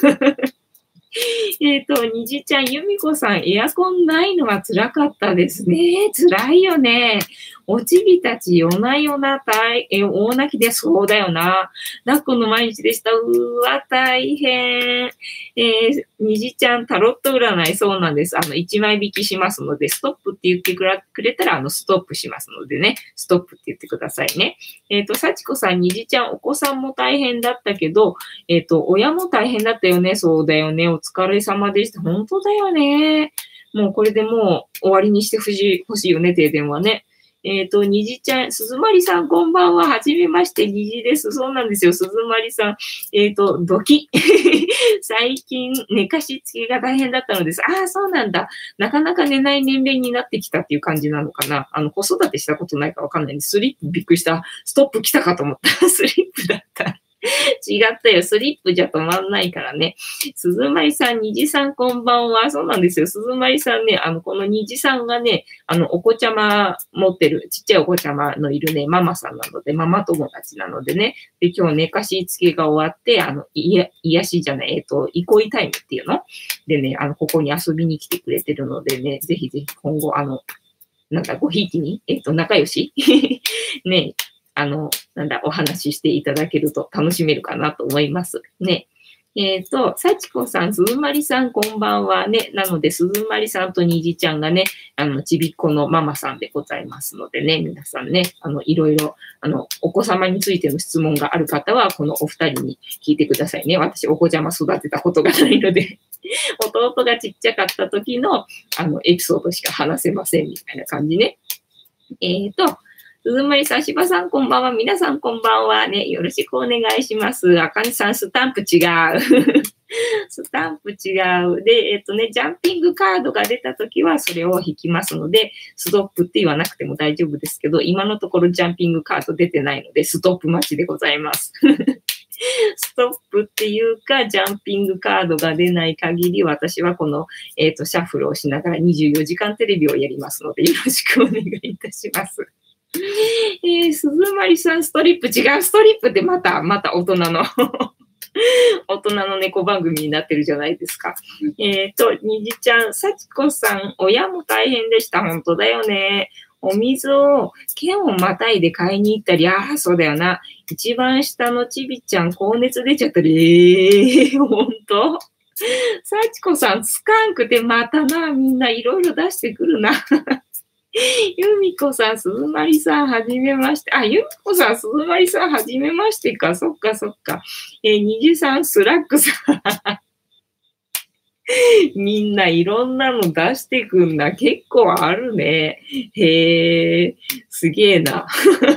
えっと、にじちゃん、ゆみこさん、エアコンないのは辛かったですね。辛いよね。おちびたち、夜な夜な大、え、大泣きで、そうだよな。抱っこの毎日でした。うーわ、大変。えー、にじちゃん、タロット占い、そうなんです。あの、いちまい引きしますので、ストップって言ってくれたら、あの、ストップしますのでね、ストップって言ってくださいね。えっと、さちこさん、にじちゃん、お子さんも大変だったけど、えっと、親も大変だったよね。そうだよね。お疲れ様でした。本当だよね。もうこれでもう終わりにしてほしい、欲しいよね、停電はね。えっと、にじちゃん、鈴まりさん、こんばんは。はじめまして、にじです。そうなんですよ、鈴まりさん。えっと、ドキ。最近、寝かしつけが大変だったのです。ああ、そうなんだ。なかなか寝ない年齢になってきたっていう感じなのかな。あの、子育てしたことないかわかんないんです。スリップびっくりした。ストップ来たかと思った。スリップだった。違ったよ。スリップじゃ止まんないからね。鈴まりさん、にじさんこんばんは。そうなんですよ。鈴まりさんね、あの、このにじさんがね、あの、お子ちゃま持ってる、ちっちゃいお子ちゃまのいるね、ママさんなので、ママ友達なのでね。で、今日寝かしつけが終わって、あの、いや、癒しじゃない、えっと、憩いタイムっていうのでね、あの、ここに遊びに来てくれてるのでね、ぜひぜひ今後、あの、なんだ、ごひいきに、えっと、仲良しね、あの、なんだ、お話ししていただけると楽しめるかなと思います。ね。えっと、さちこさん、すずまりさん、こんばんはね。なので、すずまりさんとにじちゃんがね、あの、ちびっこのママさんでございますのでね、皆さんね、あの、いろいろ、あの、お子様についての質問がある方は、このお二人に聞いてくださいね。私、お子ちゃま育てたことがないので、弟がちっちゃかった時の、あの、エピソードしか話せませんみたいな感じね。えっと、すずまりさん、しばさんこんばんは。皆さんこんばんは。ね、よろしくお願いします。あかねさん、スタンプ違う。スタンプ違う。で、えっとね、ジャンピングカードが出たときはそれを引きますので、ストップって言わなくても大丈夫ですけど、今のところジャンピングカード出てないので、ストップ待ちでございます。 ストップっていうか、ジャンピングカードが出ない限り、私はこの、えっと、シャッフルをしながらにじゅうよじかんテレビをやりますので、よろしくお願いいたします。えー、鈴まりさん、ストリップ、違う、ストリップってまた、また大人の大人の猫番組になってるじゃないですか。えっと、にじちゃん、さちこさん、親も大変でした。本当だよね。お水を県をまたいで買いに行ったり、ああ、そうだよな。一番下のちびちゃん、高熱出ちゃったり、ええー、ほんとさちこさん、つかんくてまたな、みんないろいろ出してくるな。ゆみこさん、すずまりさん、はじめまして。あ、ゆみこさん、すずまりさん、はじめましてか。そっか、そっか。えー、にじさん、スラックさん。みんないろんなの出してくんだ。結構あるね。へえ、すげえな。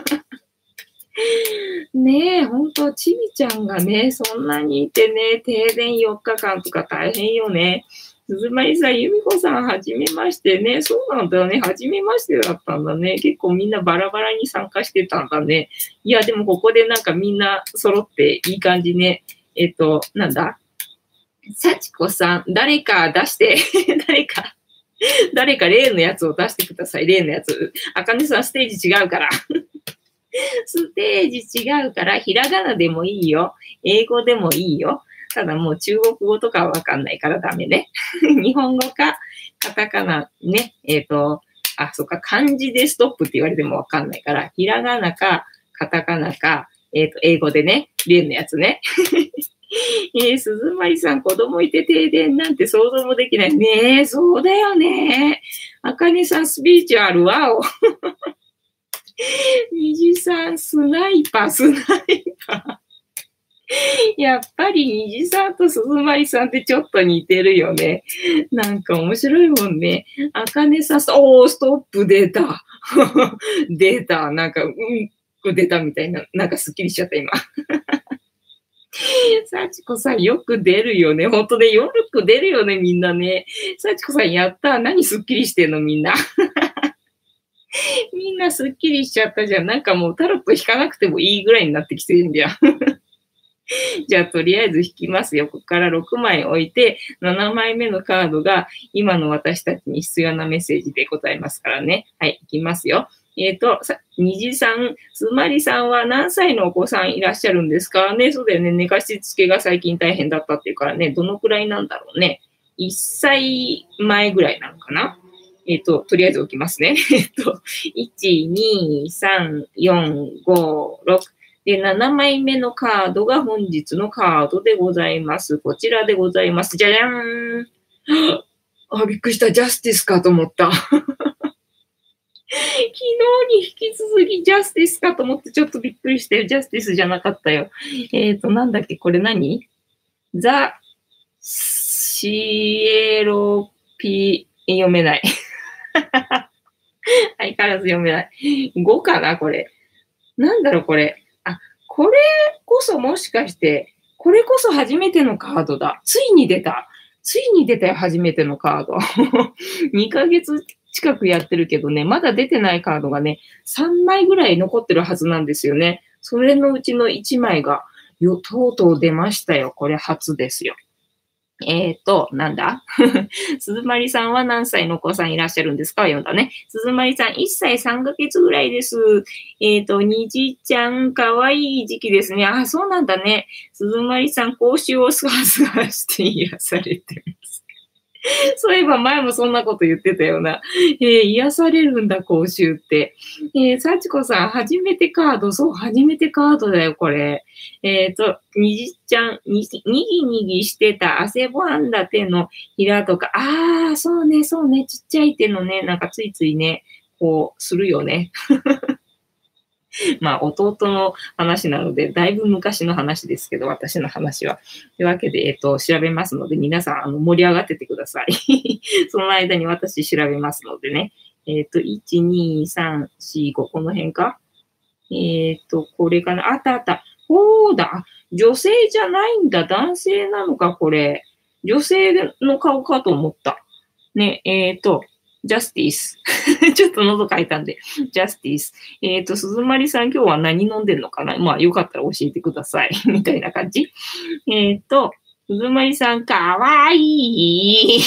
ねえ、ほんと、ちびちゃんがね、そんなにいてね、停電よっかかんとか大変よね。すずまりさん、ゆみこさん、はじめましてね。そうなんだよね。はじめましてだったんだね。結構みんなバラバラに参加してたんだね。いや、でもここでなんかみんな揃っていい感じね。えっと、なんださちこさん、誰か出して、誰か、誰か例のやつを出してください。例のやつ。あかねさん、ステージ違うから。ステージ違うから、ひらがなでもいいよ。英語でもいいよ。ただもう中国語とかはわかんないからダメね。日本語か、カタカナね。えっ、ー、と、あ、そっか、漢字でストップって言われてもわかんないから、ひらがなか、カタカナか、えっ、ー、と、英語でね、例のやつね。えー、鈴まりさん、子供いて停電なんて想像もできない。ねえ、そうだよね。あかねさん、スピーチュアル、ワオ。にじさん、スナイパー、スナイパー。やっぱりにじさんと鈴まりさんってちょっと似てるよね。なんか面白いもんね。あかねさん、おー、ストップ出た。出た。なんか、うん、出たみたいな。なんかスッキリしちゃった、今。さちこさん、よく出るよね。ほんとで、よく出るよね、みんなね。さちこさん、やった。何スッキリしてんの、みんな。みんなスッキリしちゃったじゃん。なんかもうタロット引かなくてもいいぐらいになってきてるんじゃん。じゃあ、とりあえず引きますよ。ここからろくまい置いて、ななまいめのカードが今の私たちに必要なメッセージでございますからね。はい、いきますよ。えっ、ー、と、にじさん、すまりさんは何歳のお子さんいらっしゃるんですかね。そうだよね。寝かしつけが最近大変だったっていうからね、どのくらいなんだろうね。いっさいまえぐらいなのかな。えっ、ー、と、とりあえず置きますね。えっと、いち、に、さん、よん、ご、ろく。で、ななまいめのカードが本日のカードでございます。こちらでございます。じゃじゃーん。あ、びっくりした。ジャスティスかと思った。昨日に引き続きジャスティスかと思ってちょっとびっくりしたよ。ジャスティスじゃなかったよ。えっと、なんだっけこれ何ザ・シエロピ、読めない。相変わらず読めない。ごかなこれ。なんだろうこれ。あ、これこそもしかして、これこそ初めてのカードだ。ついに出た。ついに出たよ、初めてのカード。にかげつ近くやってるけどね、まだ出てないカードがね、さんまいぐらい残ってるはずなんですよね。それのうちのいちまいが、よ、とうとう出ましたよ。これ初ですよ。えっ、ー、と、なんだ鈴まりさんは何歳のお子さんいらっしゃるんですか読んだね。鈴まりさんいっさいさんかげつぐらいです。えっ、ー、と、にじちゃんかわいい時期ですね。あ、そうなんだね。鈴まりさん、口臭をスワスワして癒されてます。そういえば前もそんなこと言ってたよな。えー、癒されるんだ、口臭って。えー、幸子さん、初めてカード。そう、初めてカードだよ、これ。えっ、ー、と、にじちゃん、にぎにぎしてた汗ばんだ手のひらとか、あー、そうね、そうね、ちっちゃい手のね、なんかついついね、こう、するよね。まあ、弟の話なので、だいぶ昔の話ですけど、私の話は。というわけで、えっと、調べますので、皆さん、あの、盛り上がっててください。その間に私調べますのでね。えっと、いち、に、さん、よん、ご、この辺かえっと、これかなあったあった。ほうだ。女性じゃないんだ。男性なのか、これ。女性の顔かと思った。ね、えっと、 ジャスティス。ちょっと喉かいたんで、ジャスティス。えっ、と、鈴まりさん今日は何飲んでんのかな。まあ、よかったら教えてください。みたいな感じ。えっ、と、鈴まりさんかわいい。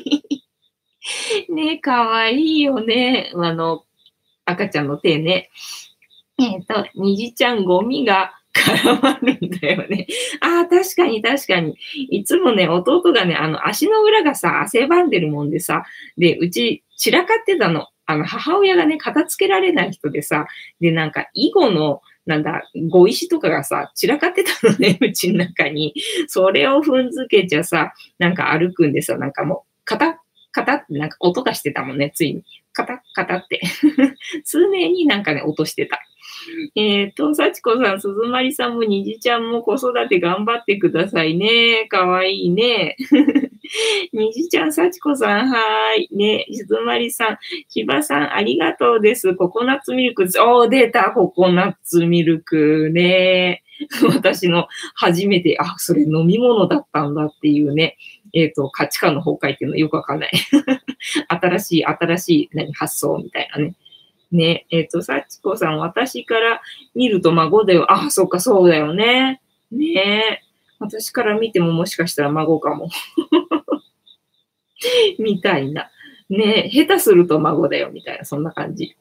ね、かわいいよね。あの、赤ちゃんの手ね。えっ、と、にじちゃんゴミが絡まるんだよね。ああ、確かに確かに。いつもね、弟がね、あの、足の裏がさ、汗ばんでるもんでさ、で、うち散らかってたの。あの、母親がね、片付けられない人でさ、で、なんか、囲碁の、なんだ、碁石とかがさ、散らかってたのね、うちの中に。それを踏んづけちゃさ、なんか歩くんでさ、なんかもう、カタッ、カタってなんか音がしてたもんね、ついに。カタッ、カタって。常になんかね、音してた。えっと、幸子さん、鈴まりさんもにじちゃんも子育て頑張ってくださいね。かわいいね。にじちゃん、幸子さん、はーい。ね、鈴まりさん、芝さん、ありがとうです。ココナッツミルク。おー、出た、ココナッツミルクね。私の初めて、あ、それ飲み物だったんだっていうね。えっ、と、価値観の崩壊っていうのよくわかんない。新しい、新しい、何、発想みたいなね。ね、えっ、と、幸子さん、私から見ると孫だよ。あ、そっか、そうだよね。ね、私から見てももしかしたら孫かも。みたいな。ね、下手すると孫だよ、みたいな、そんな感じ。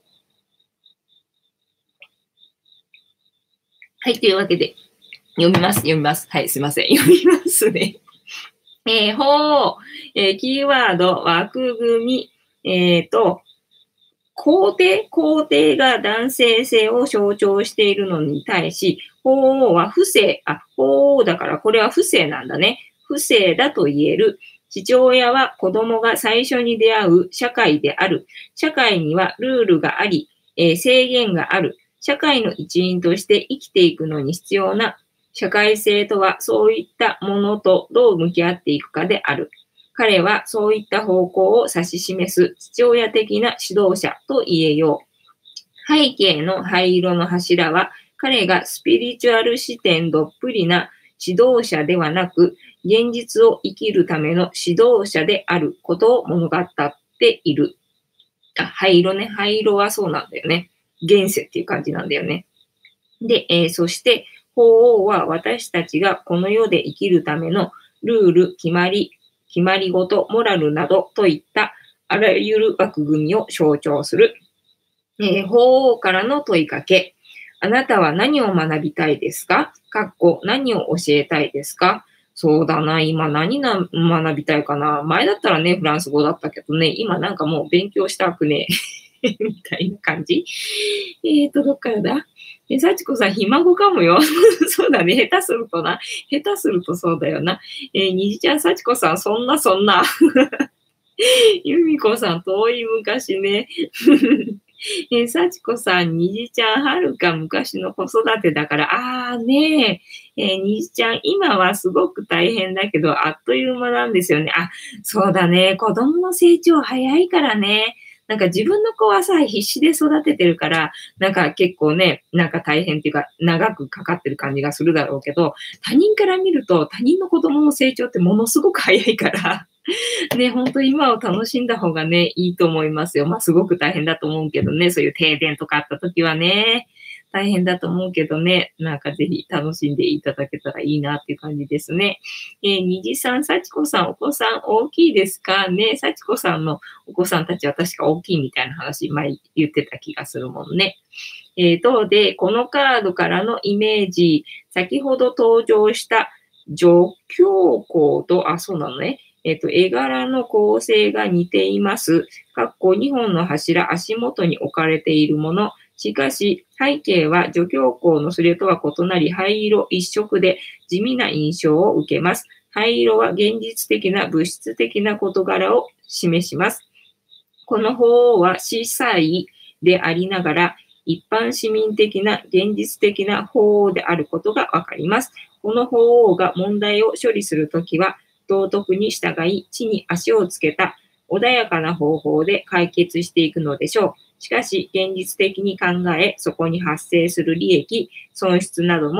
はい、というわけで、読みます、読みます。はい、すいません。読みますね。えー、ほう、えー、キーワード、枠組み、えっ、と、肯定肯定が男性性を象徴しているのに対し、法は不正、あ、法だからこれは不正なんだね。不正だと言える。父親は子供が最初に出会う社会である。社会にはルールがあり、えー制限がある。社会の一員として生きていくのに必要な社会性とはそういったものとどう向き合っていくかである。彼はそういった方向を指し示す父親的な指導者と言えよう。背景の灰色の柱は、彼がスピリチュアル視点どっぷりな指導者ではなく、現実を生きるための指導者であることを物語っている。あ、灰色ね。灰色はそうなんだよね。現世っていう感じなんだよね。で、えーそして、法王は私たちがこの世で生きるためのルール、決まり、決まりごと、モラルなどといったあらゆる枠組みを象徴する。えー法王からの問いかけ。あなたは何を学びたいですか？かっこ何を教えたいですか？そうだな、今何な学びたいかな。前だったらね、フランス語だったけどね、今なんかもう勉強したくねえ。みたいな感じ。えーと、どっからだえ、幸子さん、ひ孫かもよ。そうだね。下手するとな。下手するとそうだよな。えー、にじちゃん、幸子さん、そんなそんな。由美子さん、遠い昔ね。えー、幸子さん、にじちゃん、はるか昔の子育てだから、あーねえ、えー、にじちゃん、今はすごく大変だけど、あっという間なんですよね。あ、そうだね。子供の成長早いからね。なんか自分の子はさ、必死で育ててるから、なんか結構ね、なんか大変っていうか、長くかかってる感じがするだろうけど、他人から見ると、他人の子供の成長ってものすごく早いから、ね、本当今を楽しんだ方がね、いいと思いますよ。まあ、すごく大変だと思うけどね、そういう停電とかあった時はね、大変だと思うけどね、なんかぜひ楽しんでいただけたらいいなっていう感じですね。えー、にじさん、さちこさん、お子さん大きいですかね。さちこさんのお子さんたちは確か大きいみたいな話、前言ってた気がするもんね。えー、と、で、このカードからのイメージ、先ほど登場した助教校と、あ、そうなのね。えっ、と、絵柄の構成が似ています。かっこにほんの柱、足元に置かれているもの。しかし、背景は助教校のそれとは異なり、灰色一色で地味な印象を受けます。灰色は現実的な物質的な事柄を示します。この法は司祭でありながら、一般市民的な現実的な法であることがわかります。この法が問題を処理するときは、道徳に従い、地に足をつけた穏やかな方法で解決していくのでしょう。しかし、現実的に考え、そこに発生する利益、損失なども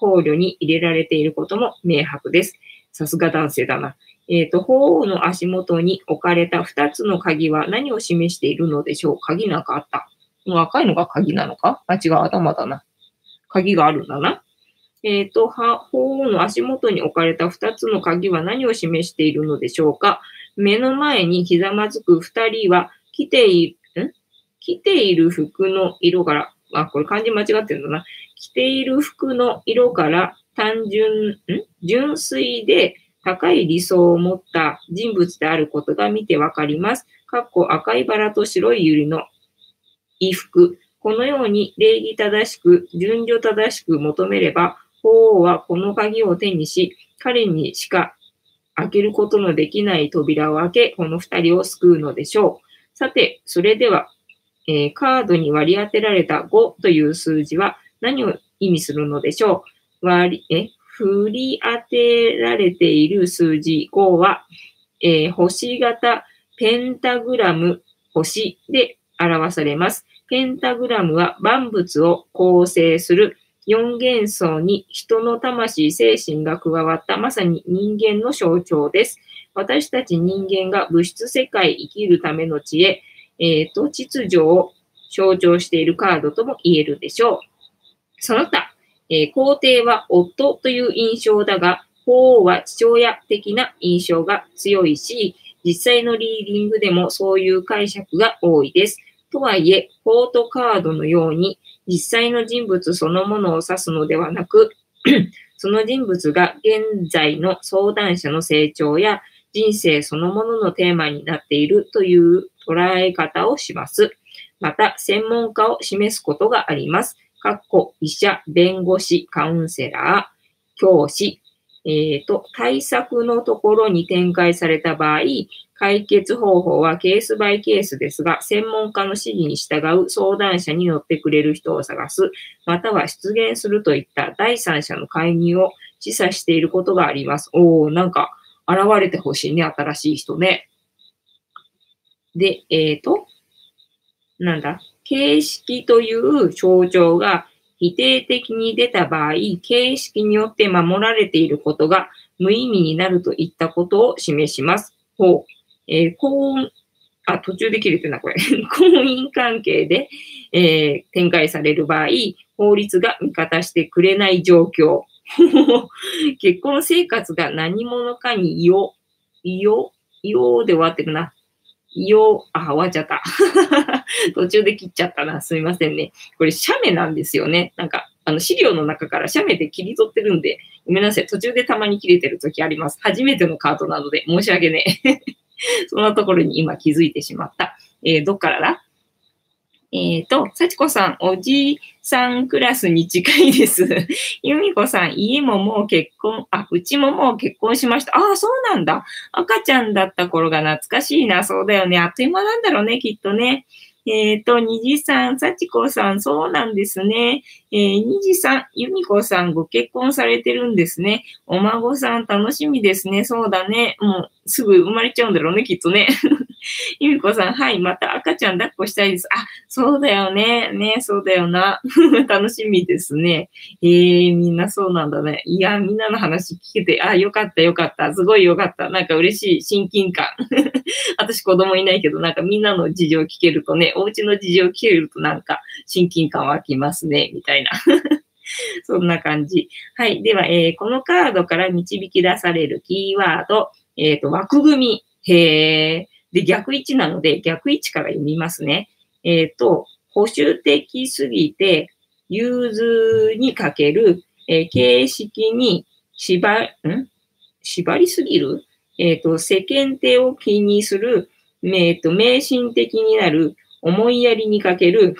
考慮に入れられていることも明白です。さすが男性だな。えっ、と、鳳凰の足元に置かれたふたつの鍵は何を示しているのでしょう。鍵なんかあった。もう赤いのが鍵なのかあ、違う、頭だな。鍵があるんだな。えっ、と、鳳凰の足元に置かれたふたつの鍵は何を示しているのでしょうか。目の前にひざまずくふたりは、着ている、ん着ている服の色から、あ、これ漢字間違ってるんだな。着ている服の色から単純、ん純粋で高い理想を持った人物であることが見てわかります。かっこ赤いバラと白い百合の衣服。このように礼儀正しく、順序正しく求めれば、鳳凰はこの鍵を手にし、彼にしか開けることのできない扉を開け、この二人を救うのでしょう。さて、それでは、えーカードに割り当てられたごという数字は何を意味するのでしょう。割りえ振り当てられている数字ごは、えー星型ペンタグラム星で表されます。ペンタグラムは万物を構成するよん元素に人の魂、精神が加わったまさに人間の象徴です。私たち人間が物質世界生きるための知恵、えーと、秩序を象徴しているカードとも言えるでしょう。その他、えー皇帝は夫という印象だが、鳳凰は父親的な印象が強いし、実際のリーディングでもそういう解釈が多いです。とはいえ、ポートカードのように、実際の人物そのものを指すのではなく、その人物が現在の相談者の成長や人生そのもののテーマになっているという捉え方をします。また、専門家を示すことがあります。かっこ医者、弁護士、カウンセラー、教師、えっと、対策のところに展開された場合、解決方法はケースバイケースですが、専門家の指示に従う相談者に乗ってくれる人を探す、または出現するといった第三者の介入を示唆していることがあります。おー、なんか、現れてほしいね、新しい人ね。で、えっと、なんだ、形式という象徴が否定的に出た場合、形式によって守られていることが無意味になるといったことを示します。ほう。えー、婚姻、あ、途中で切れてるな、これ。婚姻関係で、えー展開される場合、法律が味方してくれない状況。結婚生活が何者かに異様、異様、異様で終わってるな。異様、あ、終わっちゃった。途中で切っちゃったな。すみませんね。これ、写メなんですよね。なんか、あの、資料の中から写メで切り取ってるんで、ごめんなさい。途中でたまに切れてる時あります。初めてのカードなので、申し訳ねえ。そんなところに今気づいてしまった。えー、どっからだえっ、と、幸子さん、おじいさんクラスに近いです。由美子さん、家ももう結婚、あ、うちももう結婚しました。ああ、そうなんだ。赤ちゃんだった頃が懐かしいな。そうだよね。あっという間なんだろうね、きっとね。えっ、と、虹さん、幸子さん、そうなんですね。えー、虹さん、由美子さん、ご結婚されてるんですね。お孫さん、楽しみですね。そうだね。もう、すぐ生まれちゃうんだろうね、きっとね。ゆみこさん、はい、また赤ちゃん抱っこしたいです。あ、そうだよね。ね、そうだよな。楽しみですね。えー、みんなそうなんだね。いや、みんなの話聞けて、あ、よかった、よかった。すごいよかった。なんか嬉しい、親近感。私子供いないけど、なんかみんなの事情聞けるとね、お家の事情聞けるとなんか親近感湧きますね、みたいな。そんな感じ。はい。では、えー、このカードから導き出されるキーワード、えっ、と、枠組み。へー。で、逆位置なので、逆位置から読みますね。えっ、と、保守的すぎて、融通にかける、えー形式に縛、ん縛りすぎるえっ、と、世間体を気にする、えっ、と、迷信的になる、思いやりにかける、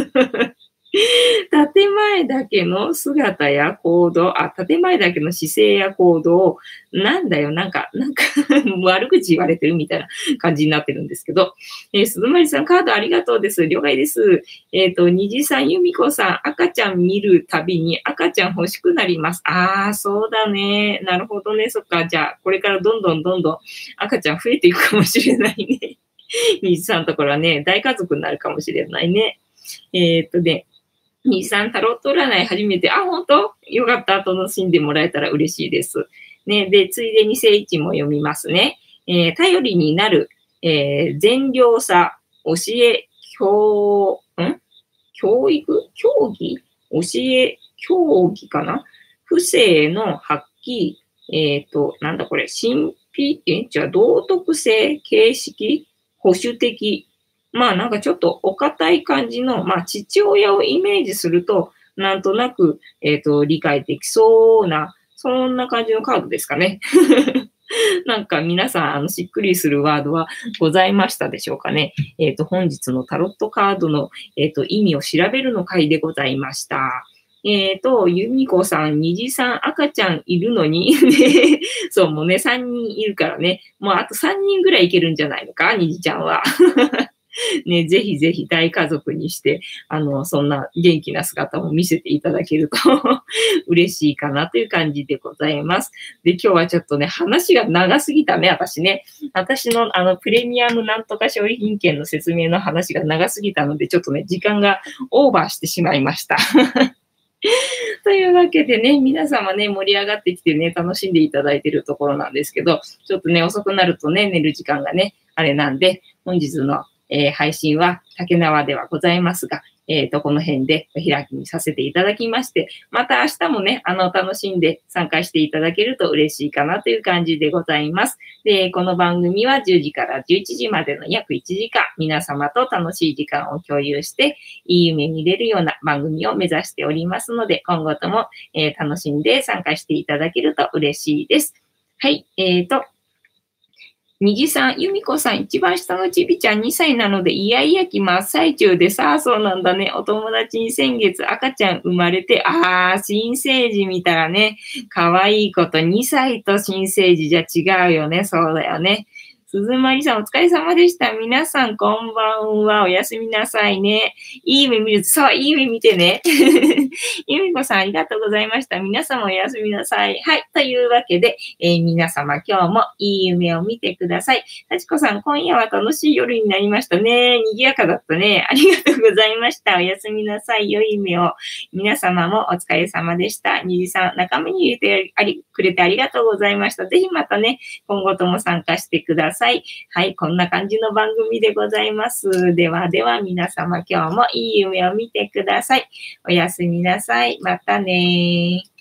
建前だけの姿や行動、あ、建前だけの姿勢や行動、なんだよ、なんか、なんか悪口言われてるみたいな感じになってるんですけど、えー、鈴まりさん、カードありがとうです。了解です。えっ、と、虹さん、由美子さん、赤ちゃん見るたびに赤ちゃん欲しくなります。あー、そうだね。なるほどね。そっか。じゃあ、これからどんどんどんどん赤ちゃん増えていくかもしれないね。虹さんのところはね、大家族になるかもしれないね。えっ、とね、にさんタロット占い初めて。あ、本当よかった。楽しんでもらえたら嬉しいです。ね。で、ついでに聖一も読みますね。えー、頼りになる、えー、善良さ、教え、教、ん教育教義教え、教義かな不正の発揮、えっ、ー、と、なんだこれ、神秘、え、じゃあ道徳性、形式、保守的。まあなんかちょっとお堅い感じの、まあ父親をイメージすると、なんとなく、えっ、ー、と、理解できそうな、そんな感じのカードですかね。なんか皆さん、あの、しっくりするワードはございましたでしょうかね。えっ、ー、と、本日のタロットカードの、えっ、ー、と、意味を調べるの回でございました。えっ、ー、と、ゆみこさん、にじさん赤ちゃんいるのに、ね、そう、もうね、さんにんいるからね、もうあとさんにんぐらいいけるんじゃないのか、にじちゃんは。ね、ぜひぜひ大家族にして、あの、そんな元気な姿を見せていただけると嬉しいかなという感じでございます。で、今日はちょっとね、話が長すぎたね、私ね。私のあの、プレミアムなんとか商品券の説明の話が長すぎたので、ちょっとね、時間がオーバーしてしまいました。というわけでね、皆様ね、盛り上がってきてね、楽しんでいただいているところなんですけど、ちょっとね、遅くなるとね、寝る時間がね、あれなんで、本日のえー、配信は竹縄ではございますが、えっ、ー、と、この辺でお開きにさせていただきまして、また明日もね、あの、楽しんで参加していただけると嬉しいかなという感じでございます。で、この番組はじゅうじからじゅういちじまでの約いちじかん、皆様と楽しい時間を共有して、いい夢見れるような番組を目指しておりますので、今後とも、えー、楽しんで参加していただけると嬉しいです。はい、えっ、ー、と、にじさん、ゆみこさん、一番下のちびちゃんにさいなので、イヤイヤ期真っ最中でさあ、そうなんだね。お友達に先月赤ちゃん生まれて、あー、新生児見たらね、可愛い子とにさいと新生児じゃ違うよね。そうだよね。鈴まりさん、お疲れ様でした。皆さん、こんばんは。おやすみなさいね。いい夢見る。そう、いい夢見てね。ゆみこさん、ありがとうございました。皆様、おやすみなさい。はい。というわけで、えー、皆様、今日もいい夢を見てください。さちこさん、今夜は楽しい夜になりましたね。賑やかだったね。ありがとうございました。おやすみなさい。良い夢を。皆様もお疲れ様でした。にじさん、仲間に入れてありくれてありがとうございました。ぜひまたね、今後とも参加してください。はい、こんな感じの番組でございます。ではでは皆様今日もいい夢を見てください。おやすみなさい。またねー。